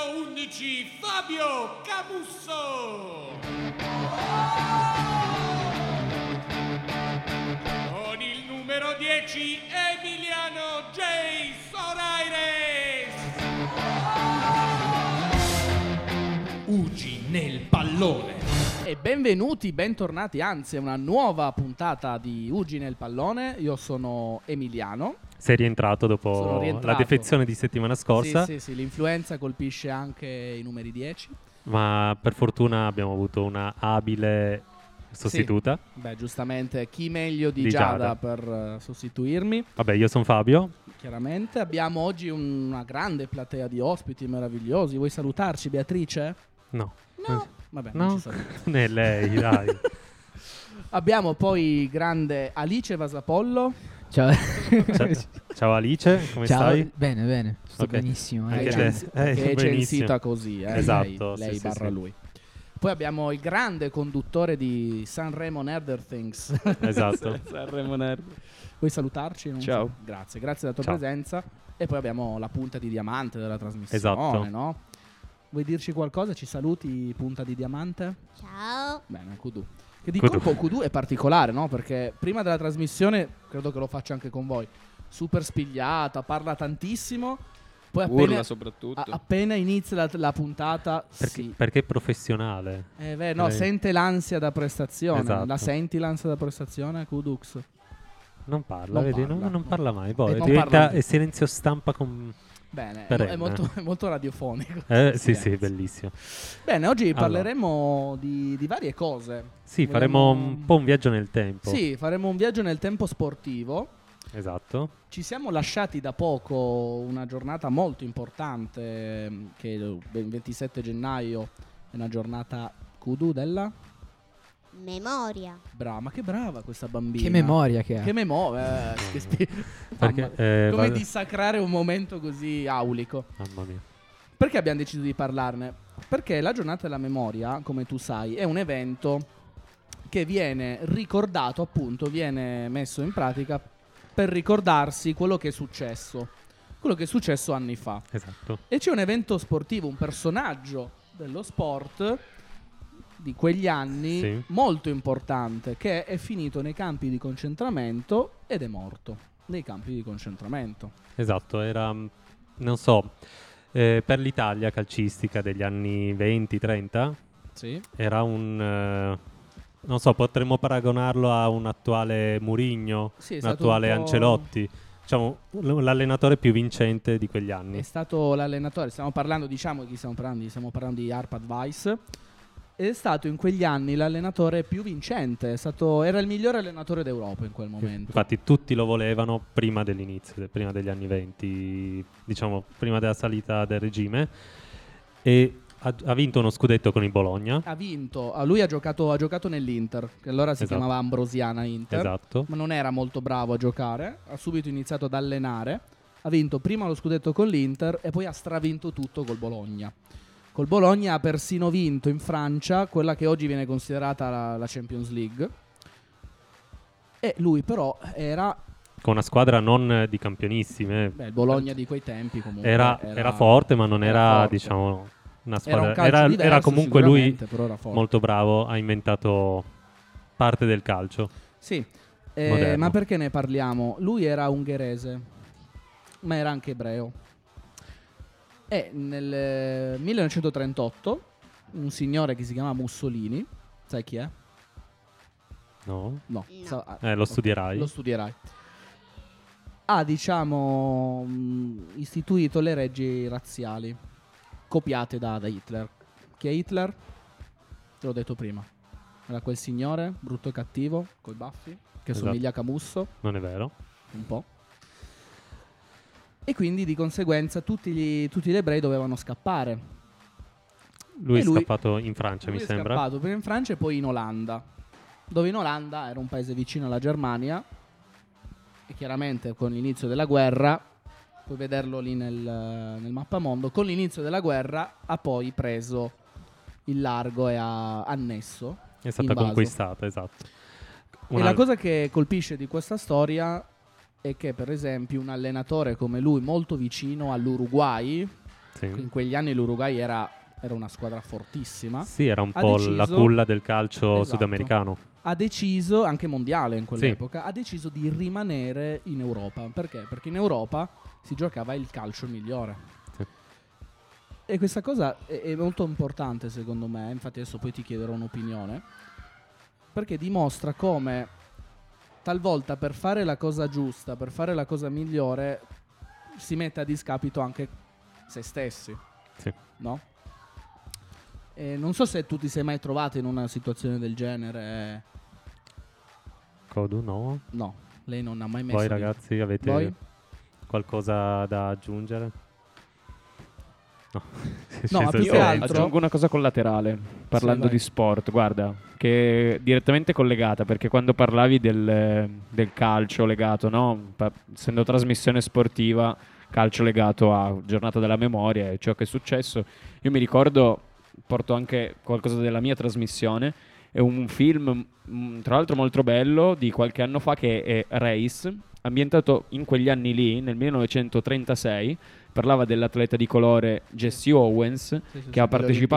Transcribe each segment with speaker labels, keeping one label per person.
Speaker 1: numero 11 Fabio Camusso. Con il numero 10 Emiliano J. Soraires. Ugi nel pallone.
Speaker 2: E benvenuti, bentornati, anzi è una nuova puntata di Ugi nel pallone. Io sono Emiliano.
Speaker 3: Sei rientrato dopo la defezione di settimana scorsa.
Speaker 2: Sì, l'influenza colpisce anche i numeri 10.
Speaker 3: Ma per fortuna abbiamo avuto una abile sostituta.
Speaker 2: Sì. Beh, giustamente, chi meglio di Giada per sostituirmi?
Speaker 3: Vabbè, io sono Fabio.
Speaker 2: Chiaramente. Abbiamo oggi una grande platea di ospiti meravigliosi. Vuoi salutarci, Beatrice?
Speaker 3: No.
Speaker 2: Vabbè,
Speaker 3: no?
Speaker 2: non ci saluta.
Speaker 3: Né lei, dai.
Speaker 2: Abbiamo poi grande Alice Vasapollo.
Speaker 4: Ciao.
Speaker 3: Ciao Alice, come
Speaker 4: Ciao.
Speaker 3: stai?
Speaker 4: Bene, sto
Speaker 3: Okay.
Speaker 4: benissimo.
Speaker 3: Anche
Speaker 2: Che
Speaker 3: te.
Speaker 2: è
Speaker 3: Benissimo.
Speaker 2: censita così,
Speaker 3: Esatto,
Speaker 2: lei
Speaker 3: sì,
Speaker 2: barra
Speaker 3: sì.
Speaker 2: lui. Poi abbiamo il grande conduttore di Sanremo Nerder Things.
Speaker 3: Esatto.
Speaker 2: Sanremo Nerd. Vuoi salutarci? Non
Speaker 5: Ciao.
Speaker 2: so. Grazie della tua
Speaker 3: Ciao.
Speaker 2: presenza. E poi abbiamo la punta di diamante della trasmissione,
Speaker 3: Esatto.
Speaker 2: no? Vuoi dirci qualcosa? Ci saluti, punta di diamante?
Speaker 6: Ciao.
Speaker 2: Bene, Kudu. Che di colpo Kudu è particolare, no? Perché prima della trasmissione, credo che lo faccia anche con voi, super spigliata, parla tantissimo. Poi
Speaker 5: Urla soprattutto.
Speaker 2: appena inizia la puntata,
Speaker 3: Perché è professionale.
Speaker 2: sente l'ansia da prestazione.
Speaker 3: Esatto.
Speaker 2: La senti l'ansia da prestazione, Kudux?
Speaker 3: Non parla,
Speaker 2: Non
Speaker 3: vedi?
Speaker 2: parla.
Speaker 3: Non parla mai. Poi
Speaker 2: Non
Speaker 3: diventa
Speaker 2: parla.
Speaker 3: è silenzio stampa con...
Speaker 2: Bene,
Speaker 3: Perenne.
Speaker 2: è molto radiofonico.
Speaker 3: Sì, bellissimo.
Speaker 2: Bene, oggi
Speaker 3: Allora.
Speaker 2: parleremo di varie cose.
Speaker 3: Sì, faremo un po' un viaggio nel tempo.
Speaker 2: Sì, faremo un viaggio nel tempo sportivo.
Speaker 3: Esatto.
Speaker 2: Ci siamo lasciati da poco una giornata molto importante, che il 27 gennaio è una giornata Kudu della...
Speaker 6: Memoria.
Speaker 2: Brava, ma che brava questa bambina.
Speaker 4: Che memoria che ha.
Speaker 2: Che memoria.
Speaker 3: Perché,
Speaker 2: come
Speaker 3: vado-
Speaker 2: dissacrare un momento così aulico.
Speaker 3: Mamma mia.
Speaker 2: Perché abbiamo deciso di parlarne? Perché la giornata della memoria, come tu sai, è un evento che viene ricordato, appunto, viene messo in pratica per ricordarsi quello che è successo anni fa.
Speaker 3: Esatto.
Speaker 2: E c'è un evento sportivo, un personaggio dello sport di quegli anni
Speaker 3: Sì.
Speaker 2: molto importante, che è finito nei campi di concentramento ed è morto nei campi di concentramento.
Speaker 3: Esatto, era, non so, per l'Italia calcistica degli anni 20-30
Speaker 2: Sì.
Speaker 3: era non so, potremmo paragonarlo a un attuale Mourinho,
Speaker 2: Sì, è
Speaker 3: un
Speaker 2: stato
Speaker 3: attuale
Speaker 2: un po'-
Speaker 3: Ancelotti, diciamo l'allenatore più vincente di quegli anni.
Speaker 2: È stato l'allenatore, stiamo parlando di Arpad Weiss. È stato in quegli anni l'allenatore più vincente, era il migliore allenatore d'Europa in quel momento.
Speaker 3: Infatti tutti lo volevano prima dell'inizio, prima degli anni 20, diciamo prima della salita del regime, e ha vinto uno scudetto con il Bologna.
Speaker 2: Ha vinto, lui ha giocato nell'Inter, che allora si
Speaker 3: Esatto.
Speaker 2: chiamava Ambrosiana Inter,
Speaker 3: Esatto.
Speaker 2: ma non era molto bravo a giocare, ha subito iniziato ad allenare, ha vinto prima lo scudetto con l'Inter e poi ha stravinto tutto col Bologna. Col Bologna ha persino vinto in Francia quella che oggi viene considerata la Champions League, e lui però era
Speaker 3: Con una squadra non di campionissime.
Speaker 2: il Bologna di quei tempi comunque.
Speaker 3: Era forte, ma non era,
Speaker 2: forte.
Speaker 3: diciamo, una
Speaker 2: Era
Speaker 3: squadra.
Speaker 2: un calcio diverso,
Speaker 3: Era comunque lui
Speaker 2: sicuramente, però era forte.
Speaker 3: molto bravo, ha inventato parte del calcio.
Speaker 2: Sì,
Speaker 3: Moderno.
Speaker 2: ma perché ne parliamo? Lui era ungherese, ma era anche ebreo. E nel 1938 un signore che si chiama Mussolini, sai chi è?
Speaker 3: No?
Speaker 2: No,
Speaker 6: No.
Speaker 3: Lo studierai.
Speaker 2: Lo studierai. Ha, diciamo, istituito le leggi razziali copiate da Hitler. Chi è Hitler? Te l'ho detto prima. Era quel signore brutto e cattivo, coi baffi, che
Speaker 3: Esatto.
Speaker 2: somiglia a Camusso,
Speaker 3: Non è vero?
Speaker 2: un po'. E quindi di conseguenza tutti gli ebrei dovevano scappare.
Speaker 3: Lui
Speaker 2: E
Speaker 3: è scappato in Francia,
Speaker 2: Lui
Speaker 3: mi
Speaker 2: è
Speaker 3: sembra.
Speaker 2: scappato prima in Francia e poi in Olanda, dove in Olanda era un paese vicino alla Germania, e chiaramente con l'inizio della guerra, puoi vederlo lì nel mappamondo, con l'inizio della guerra ha poi preso il largo e ha annesso,
Speaker 3: È stata
Speaker 2: invaso.
Speaker 3: conquistata, esatto.
Speaker 2: E la cosa che colpisce di questa storia è che, per esempio, un allenatore come lui, molto vicino all'Uruguay,
Speaker 3: Sì.
Speaker 2: In quegli anni l'Uruguay era una squadra fortissima.
Speaker 3: Sì, era un
Speaker 2: Ha
Speaker 3: po'
Speaker 2: deciso-
Speaker 3: la culla del calcio
Speaker 2: Esatto.
Speaker 3: sudamericano.
Speaker 2: Ha deciso, anche mondiale in quell'epoca, ha deciso di rimanere in Europa. Perché? Perché in Europa si giocava il calcio migliore.
Speaker 3: Sì.
Speaker 2: E questa cosa è molto importante secondo me, infatti adesso poi ti chiederò un'opinione, perché dimostra come talvolta per fare la cosa giusta, per fare la cosa migliore, si mette a discapito anche se stessi,
Speaker 3: Sì.
Speaker 2: no? E non so se tu ti sei mai trovato in una situazione del genere.
Speaker 3: Codu, no?
Speaker 2: No, lei non ha mai messo.
Speaker 3: Voi ragazzi avete
Speaker 2: Voi?
Speaker 3: qualcosa da aggiungere? No.
Speaker 2: No, ma più
Speaker 5: Io
Speaker 2: che altro-
Speaker 5: aggiungo una cosa collaterale, parlando
Speaker 2: vai.
Speaker 5: di sport, guarda, che è direttamente collegata, perché quando parlavi del calcio legato, no? Essendo trasmissione sportiva, calcio legato a Giornata della Memoria e ciò che è successo, io mi ricordo, porto anche qualcosa della mia trasmissione, è un film, tra l'altro molto bello, di qualche anno fa, che è Race, ambientato in quegli anni lì, nel 1936, parlava dell'atleta di colore Jesse Owens, che ha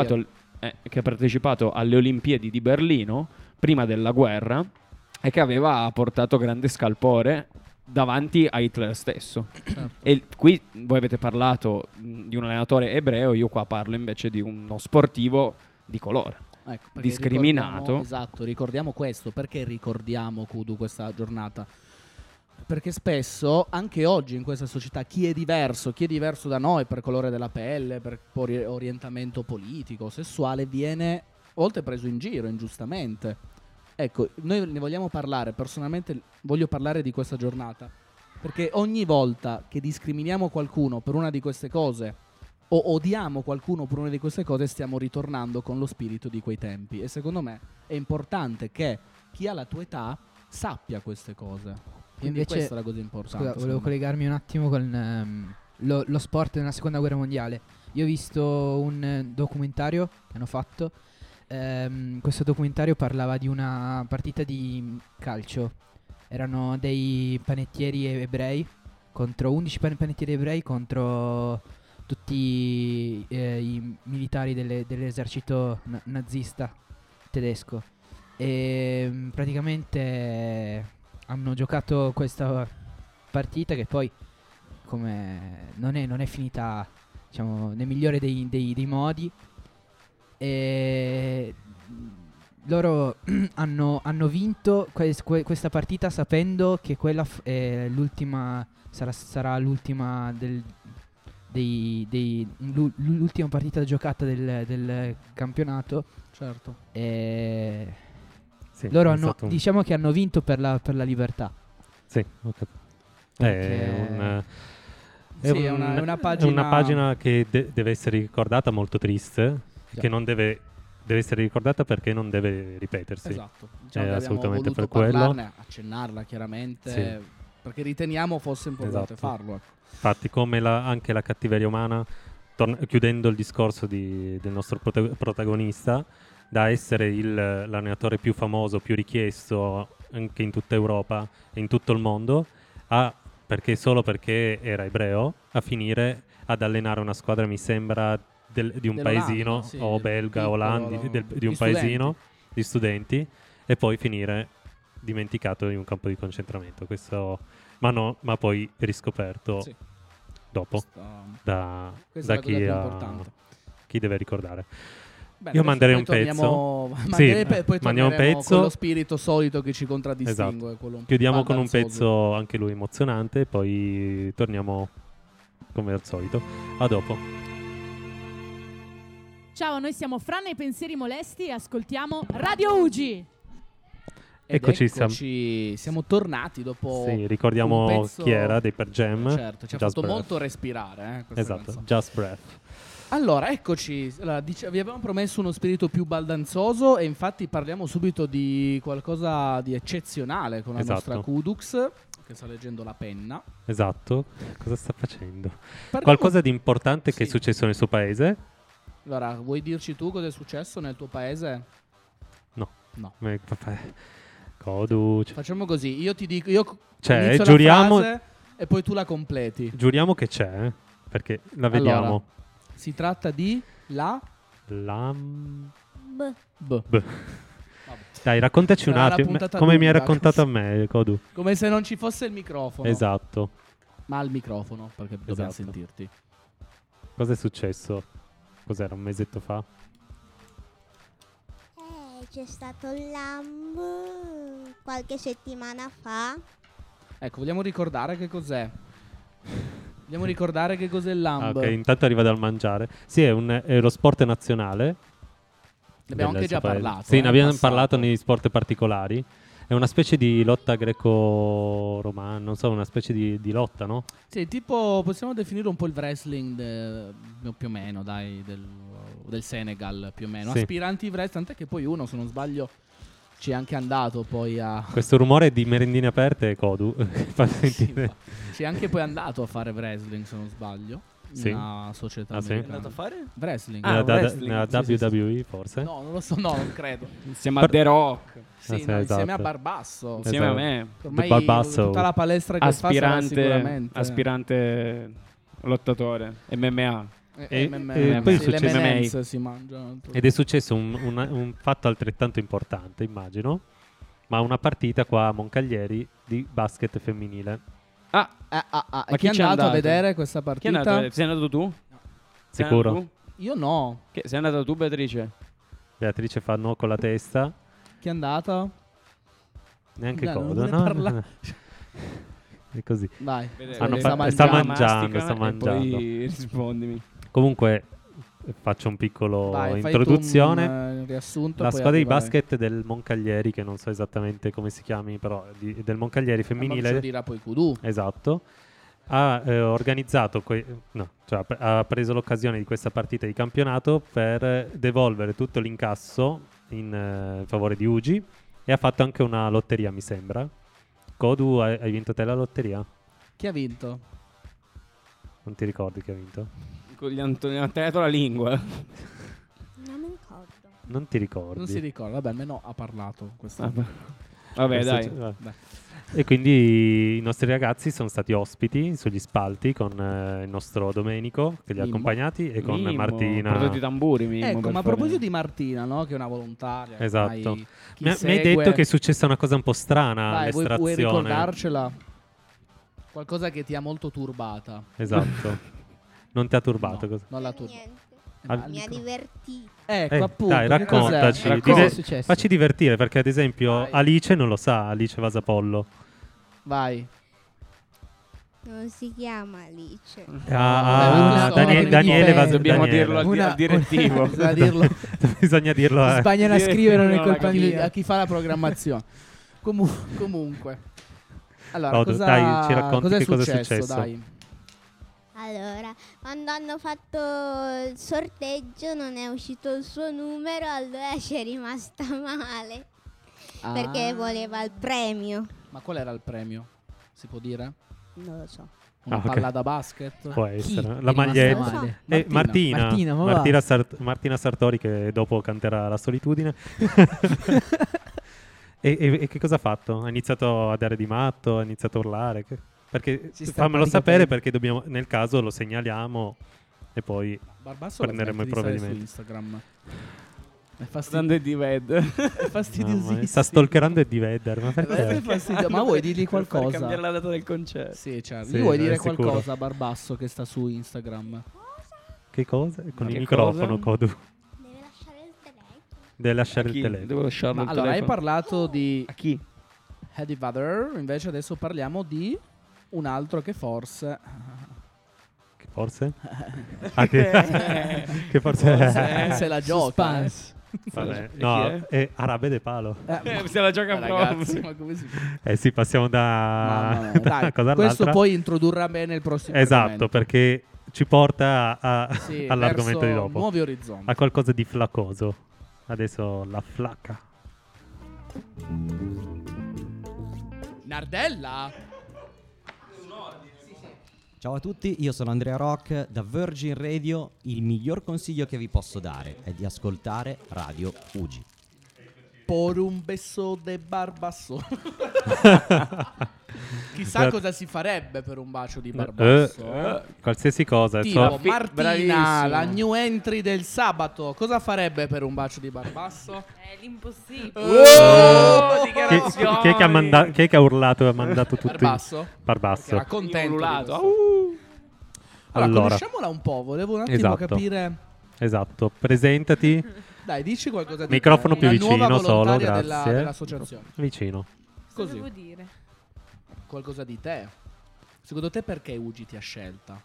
Speaker 5: partecipato alle Olimpiadi di Berlino prima della guerra e che aveva portato grande scalpore davanti a Hitler stesso.
Speaker 2: Certo.
Speaker 5: E qui voi avete parlato di un allenatore ebreo, io qua parlo invece di uno sportivo di colore.
Speaker 2: Ecco, perché
Speaker 5: discriminato.
Speaker 2: Ricordiamo questo. Perché ricordiamo, Kudu, questa giornata? Perché spesso, anche oggi in questa società, chi è diverso da noi per colore della pelle, per orientamento politico, sessuale, viene a volte preso in giro ingiustamente. Ecco, noi ne vogliamo parlare, personalmente voglio parlare di questa giornata, perché ogni volta che discriminiamo qualcuno per una di queste cose o odiamo qualcuno per una di queste cose, stiamo ritornando con lo spirito di quei tempi. E secondo me è importante che chi ha la tua età sappia queste cose. Quindi
Speaker 4: Invece,
Speaker 2: questa è la cosa importante.
Speaker 4: Scusa, volevo
Speaker 2: secondo me.
Speaker 4: collegarmi un attimo con lo sport nella seconda guerra mondiale. Io ho visto un documentario che hanno fatto. Questo documentario parlava di una partita di calcio. Erano dei panettieri ebrei contro 11 panettieri ebrei contro tutti i militari dell'esercito nazista tedesco. E praticamente hanno giocato questa partita che poi come non è finita, diciamo, nel migliore dei modi, e loro hanno vinto questa partita sapendo che quella è l'ultima, sarà l'ultima l'ultima partita giocata del campionato.
Speaker 2: Certo.
Speaker 4: E
Speaker 3: Sì,
Speaker 4: loro
Speaker 3: è stato un-
Speaker 4: diciamo che hanno vinto per la libertà.
Speaker 3: Sì, ho capito.
Speaker 4: Perché-
Speaker 2: Sì, è una pagina-
Speaker 3: è una pagina che deve essere ricordata, molto triste,
Speaker 2: Sì.
Speaker 3: che non deve essere ricordata perché non deve ripetersi.
Speaker 2: Esatto. Diciamo che abbiamo
Speaker 3: assolutamente
Speaker 2: voluto
Speaker 3: per quello.
Speaker 2: parlarne, accennarla chiaramente,
Speaker 3: Sì.
Speaker 2: perché riteniamo fosse importante
Speaker 3: Esatto.
Speaker 2: farlo. Ecco.
Speaker 3: Infatti, come anche la cattiveria umana, chiudendo il discorso del nostro protagonista, da essere l'allenatore più famoso, più richiesto anche in tutta Europa e in tutto il mondo, solo perché era ebreo, a finire ad allenare una squadra, mi sembra, di un
Speaker 2: Dell'Olanda,
Speaker 3: paesino,
Speaker 2: sì,
Speaker 3: o belga,
Speaker 2: piccolo,
Speaker 3: olandese, di un
Speaker 2: di
Speaker 3: paesino di studenti, e poi finire dimenticato in un campo di concentramento. Questo, ma poi riscoperto
Speaker 2: Sì.
Speaker 3: dopo
Speaker 2: Questa è
Speaker 3: da
Speaker 2: la cosa più
Speaker 3: chi
Speaker 2: importante.
Speaker 3: chi deve ricordare.
Speaker 2: Bene,
Speaker 3: Io
Speaker 2: adesso
Speaker 3: manderei
Speaker 2: poi
Speaker 3: un pezzo.
Speaker 2: torniamo-
Speaker 3: Sì,
Speaker 2: poi
Speaker 3: mandiamo un
Speaker 2: torneremo
Speaker 3: pezzo.
Speaker 2: con lo spirito solito che ci contraddistingue.
Speaker 3: Esatto.
Speaker 2: quello un po'
Speaker 3: Chiudiamo con un
Speaker 2: baldanzoso.
Speaker 3: pezzo anche lui emozionante, e poi torniamo come al solito. A dopo.
Speaker 7: Ciao, noi siamo Fran e i pensieri molesti e ascoltiamo Radio Ugi.
Speaker 2: Ed
Speaker 3: Eccoci,
Speaker 2: siamo tornati dopo.
Speaker 3: Sì, ricordiamo
Speaker 2: un pezzo-
Speaker 3: chi era dei Per Jam.
Speaker 2: Certo, ci ha
Speaker 3: Just
Speaker 2: fatto
Speaker 3: Breath.
Speaker 2: molto respirare. Questa
Speaker 3: Esatto,
Speaker 2: canzone.
Speaker 3: Just Breath.
Speaker 2: Allora, eccoci. Allora, vi abbiamo promesso uno spirito più baldanzoso, e infatti parliamo subito di qualcosa di eccezionale con la
Speaker 3: Esatto.
Speaker 2: nostra Kudux, che sta leggendo la penna.
Speaker 3: Esatto. Cosa sta facendo?
Speaker 2: Parliamo-
Speaker 3: Qualcosa di importante che è
Speaker 2: Sì.
Speaker 3: successo nel suo paese?
Speaker 2: Allora, vuoi dirci tu cosa è successo nel tuo paese?
Speaker 3: No.
Speaker 2: No.
Speaker 3: Codu.
Speaker 2: Facciamo così, io ti dico, io
Speaker 3: Cioè,
Speaker 2: inizio
Speaker 3: giuriamo-
Speaker 2: la frase e poi tu la completi.
Speaker 3: Giuriamo che c'è, perché la vediamo.
Speaker 2: Allora, Si tratta di
Speaker 3: Lam...
Speaker 6: B.
Speaker 2: B.
Speaker 3: Dai, raccontaci un
Speaker 2: Sarà la
Speaker 3: attimo
Speaker 2: puntata
Speaker 3: come mi hai
Speaker 2: lunga,
Speaker 3: raccontato a me, Kodu.
Speaker 2: Come se non ci fosse il microfono.
Speaker 3: Esatto.
Speaker 2: Ma al microfono, perché dobbiamo
Speaker 3: Esatto.
Speaker 2: sentirti.
Speaker 3: Cosa è successo? Cos'era, un mesetto fa?
Speaker 6: C'è stato il LAMB qualche settimana fa.
Speaker 2: Ecco, vogliamo ricordare che cos'è. Vogliamo ricordare che cos'è il LAMB.
Speaker 3: Ok, intanto arriva dal mangiare. Sì, è lo sport nazionale.
Speaker 2: Ne abbiamo
Speaker 3: del
Speaker 2: anche già
Speaker 3: suo paese.
Speaker 2: parlato.
Speaker 3: Sì, ne abbiamo
Speaker 2: in passato.
Speaker 3: parlato negli sport particolari. È una specie di lotta greco-romana, non so, una specie di lotta, no?
Speaker 2: Sì, tipo possiamo definire un po' il wrestling più o meno, dai, del Senegal, più o meno.
Speaker 3: Sì.
Speaker 2: Aspiranti wrestling, tant'è che poi uno, se non sbaglio, ci è anche andato poi a...
Speaker 3: Questo rumore di merendine aperte è Kodu. Fa
Speaker 2: Sì,
Speaker 3: sentire.
Speaker 2: ma ci è anche poi andato a fare wrestling, se non sbaglio.
Speaker 3: Sì.
Speaker 2: Una società
Speaker 3: Ah, sì?
Speaker 2: americana.
Speaker 8: È andato a fare?
Speaker 2: Wrestling.
Speaker 3: Nella
Speaker 2: Sì, sì,
Speaker 3: WWE, forse?
Speaker 2: No, non lo so, no, non credo.
Speaker 5: Insieme a The Rock.
Speaker 2: Sì,
Speaker 3: sì,
Speaker 2: no,
Speaker 3: esatto.
Speaker 2: insieme a Barbasso.
Speaker 5: Insieme
Speaker 3: Esatto.
Speaker 5: a me.
Speaker 2: Ormai
Speaker 3: The Barbasso.
Speaker 2: tutta la palestra che fa sarà sicuramente
Speaker 5: Aspirante lottatore. MMA.
Speaker 3: E
Speaker 2: MMA,
Speaker 3: poi
Speaker 2: sì, le
Speaker 3: succede-
Speaker 2: M&M's si mangiano.
Speaker 3: Ed è successo un fatto altrettanto importante, immagino, ma una partita qua a Moncaglieri di basket femminile.
Speaker 5: Ah,
Speaker 2: Ma
Speaker 5: Ma
Speaker 2: chi è
Speaker 5: chi c'è
Speaker 2: andato a
Speaker 5: andato?
Speaker 2: vedere questa
Speaker 5: chi è
Speaker 2: partita?
Speaker 5: andato? Sei andato tu? Sei
Speaker 3: Sicuro?
Speaker 5: andato tu?
Speaker 2: Io no.
Speaker 5: Sei andato tu, Beatrice?
Speaker 3: Beatrice fa no con la testa.
Speaker 2: Chi è andato?
Speaker 3: Neanche
Speaker 2: Dai, non
Speaker 3: Kodu,
Speaker 2: vuole
Speaker 3: no?
Speaker 2: parlare.
Speaker 3: È così.
Speaker 2: Vai.
Speaker 3: Hanno
Speaker 2: sta
Speaker 3: fa- sta
Speaker 2: mangiando.
Speaker 3: mangiando, sta
Speaker 5: E
Speaker 3: mangiando.
Speaker 5: poi rispondimi.
Speaker 3: Comunque faccio un piccolo
Speaker 2: Vai, fai
Speaker 3: introduzione.
Speaker 2: tu un riassunto.
Speaker 3: La
Speaker 2: poi
Speaker 3: squadra di
Speaker 2: arrivai.
Speaker 3: basket del Moncaglieri, che non so esattamente come si chiami, però del Moncaglieri
Speaker 2: Ma ce lo
Speaker 3: femminile,
Speaker 2: dirà poi Kudu.
Speaker 3: esatto, ha organizzato, ha preso l'occasione di questa partita di campionato per devolvere tutto l'incasso in favore di Ugi e ha fatto anche una lotteria, mi sembra. Kodu, hai vinto te la lotteria?
Speaker 2: Chi ha vinto?
Speaker 3: Non ti ricordi chi ha vinto?
Speaker 5: Gli hanno tagliato la lingua.
Speaker 6: Non mi ricordo.
Speaker 3: Non ti ricordi?
Speaker 2: Non si ricorda. Vabbè, almeno ha parlato. Questa.
Speaker 5: Vabbè,
Speaker 3: Questo
Speaker 5: dai.
Speaker 2: Dai.
Speaker 3: E quindi i nostri ragazzi sono stati ospiti sugli spalti con il nostro Domenico che li ha
Speaker 2: Mimmo.
Speaker 3: accompagnati e con
Speaker 5: Mimmo,
Speaker 3: Martina.
Speaker 5: portato i tamburi, Mimmo,
Speaker 2: Ecco,
Speaker 5: per
Speaker 2: ma a
Speaker 5: fare-
Speaker 2: proposito di Martina, no? Che è una volontaria.
Speaker 3: Esatto.
Speaker 2: ormai chi
Speaker 3: Mi hai
Speaker 2: segue-
Speaker 3: detto che è successa una cosa un po' strana
Speaker 2: Vai, vuoi
Speaker 3: all'estrazione.
Speaker 2: ricordarcela? Qualcosa che ti ha molto turbata.
Speaker 3: Esatto. Non ti ha turbato?
Speaker 2: No,
Speaker 3: cosa?
Speaker 2: non la turba.
Speaker 6: Niente.
Speaker 3: Al-
Speaker 6: Mi ha divertito.
Speaker 2: Ecco, appunto.
Speaker 3: dai,
Speaker 2: che
Speaker 3: raccontaci.
Speaker 2: cos'è?
Speaker 4: Cosa è
Speaker 3: Dive-
Speaker 4: successo?
Speaker 3: Facci divertire perché ad esempio
Speaker 2: Vai.
Speaker 3: Alice non lo sa, Alice Vasapollo.
Speaker 2: Vai.
Speaker 6: Non si chiama Alice.
Speaker 2: vabbè,
Speaker 4: Daniele
Speaker 3: Daniele
Speaker 5: Dobbiamo
Speaker 3: Daniele.
Speaker 5: dirlo
Speaker 4: Una-
Speaker 5: al direttivo.
Speaker 2: Bisogna dirlo
Speaker 3: Bisogna dirlo.
Speaker 4: Sbagliano a scrivere, non è
Speaker 5: Non la
Speaker 4: colpa
Speaker 5: capisco.
Speaker 4: mia.
Speaker 2: a chi fa la programmazione. Comunque. Allora,
Speaker 3: Kodu,
Speaker 2: cosa,
Speaker 3: dai, ci racconti
Speaker 2: cos'è
Speaker 3: che cosa è
Speaker 2: successo?
Speaker 3: successo.
Speaker 2: Dai.
Speaker 6: Allora, quando hanno fatto il sorteggio non è uscito il suo numero, allora ci è rimasta male. Perché
Speaker 2: Ah.
Speaker 6: voleva il premio.
Speaker 2: Ma qual era il premio? Si può dire?
Speaker 6: Non lo so.
Speaker 2: Una
Speaker 3: ok.
Speaker 2: palla da basket?
Speaker 3: Può
Speaker 4: Chi
Speaker 3: essere.
Speaker 4: è
Speaker 3: La
Speaker 4: rimasta
Speaker 3: maglietta.
Speaker 4: male?
Speaker 3: Martina,
Speaker 4: Martina, ma va.
Speaker 3: Martina Sartori che dopo canterà La solitudine. e che cosa ha fatto? Ha iniziato a dare di matto, ha iniziato a urlare. Perché
Speaker 4: Si sta
Speaker 3: fammelo
Speaker 4: praticamente-
Speaker 3: sapere perché dobbiamo, nel caso lo segnaliamo e poi
Speaker 2: Barbasso
Speaker 3: prenderemo i provvedimenti.
Speaker 2: su Instagram. È
Speaker 5: Stando di ved.
Speaker 2: è
Speaker 3: Mamma mia,
Speaker 2: fastidiosissimo.
Speaker 3: sta stalkerando Eddie Vedder. Ma
Speaker 2: È
Speaker 3: perché?
Speaker 2: fastidioso. Ma vuoi dirgli
Speaker 5: Per
Speaker 2: qualcosa?
Speaker 5: cambiare la data del concerto.
Speaker 2: Sì, certo.
Speaker 3: Sì,
Speaker 2: Gli vuoi
Speaker 3: no,
Speaker 2: dire
Speaker 3: è sicuro.
Speaker 2: qualcosa a Barbasso che sta su Instagram?
Speaker 3: Che cosa? Con
Speaker 5: Che
Speaker 3: il microfono,
Speaker 5: cosa?
Speaker 3: Kodu.
Speaker 6: Deve lasciare il telefono.
Speaker 3: Deve lasciare
Speaker 5: A chi?
Speaker 3: il telefono.
Speaker 5: Devo lasciarlo
Speaker 2: Ma
Speaker 5: il
Speaker 2: allora, hai
Speaker 5: telefono.
Speaker 2: parlato di
Speaker 5: A chi?
Speaker 2: Eddie Vedder, invece adesso parliamo di un altro che forse...
Speaker 3: Che forse? Ah, che forse
Speaker 2: se la gioca.
Speaker 4: Suspense.
Speaker 3: Vabbè,
Speaker 5: E chi
Speaker 3: no,
Speaker 5: è?
Speaker 3: è Arabe De Palo.
Speaker 5: Se la gioca
Speaker 2: Ragazzi,
Speaker 5: proprio.
Speaker 2: ma come si
Speaker 3: Sì, passiamo
Speaker 2: Mamma
Speaker 3: da,
Speaker 2: mia.
Speaker 3: da
Speaker 2: Dai,
Speaker 3: una cosa
Speaker 2: questo
Speaker 3: all'altra.
Speaker 2: poi introdurrà bene il prossimo
Speaker 3: Esatto,
Speaker 2: argomento.
Speaker 3: perché ci porta
Speaker 2: Sì,
Speaker 3: all'argomento
Speaker 2: verso
Speaker 3: di dopo.
Speaker 2: nuovi orizzonti.
Speaker 3: A qualcosa di flaccoso. Adesso la flacca.
Speaker 2: Nardella?
Speaker 9: Ciao a tutti, io sono Andrea Rock da Virgin Radio. Il miglior consiglio che vi posso dare è di ascoltare Radio Ugi.
Speaker 2: por un beso de Barbasso. Chissà cosa si farebbe per un bacio di Barbasso.
Speaker 3: Qualsiasi cosa.
Speaker 2: Tipo Martina,
Speaker 5: bravissimo.
Speaker 2: la new entry del sabato, cosa farebbe per un bacio di Barbasso?
Speaker 8: È l'impossibile.
Speaker 3: Chi è che ha urlato e ha mandato tutti?
Speaker 2: Barbasso?
Speaker 3: Barbasso.
Speaker 2: Era contento.
Speaker 5: Ululato.
Speaker 2: di questo. Allora,
Speaker 3: Allora.
Speaker 2: conosciamola un po', volevo un attimo
Speaker 3: Esatto.
Speaker 2: capire.
Speaker 3: Esatto, presentati.
Speaker 2: Dai, dici qualcosa di
Speaker 3: Microfono
Speaker 2: te.
Speaker 3: più
Speaker 2: La nuova
Speaker 3: vicino solo,
Speaker 2: volontaria
Speaker 3: grazie.
Speaker 2: dell'associazione.
Speaker 3: Vicino.
Speaker 8: Cosa
Speaker 2: Così.
Speaker 8: devo dire?
Speaker 2: Qualcosa di te. Secondo te perché Ugi ti ha scelta?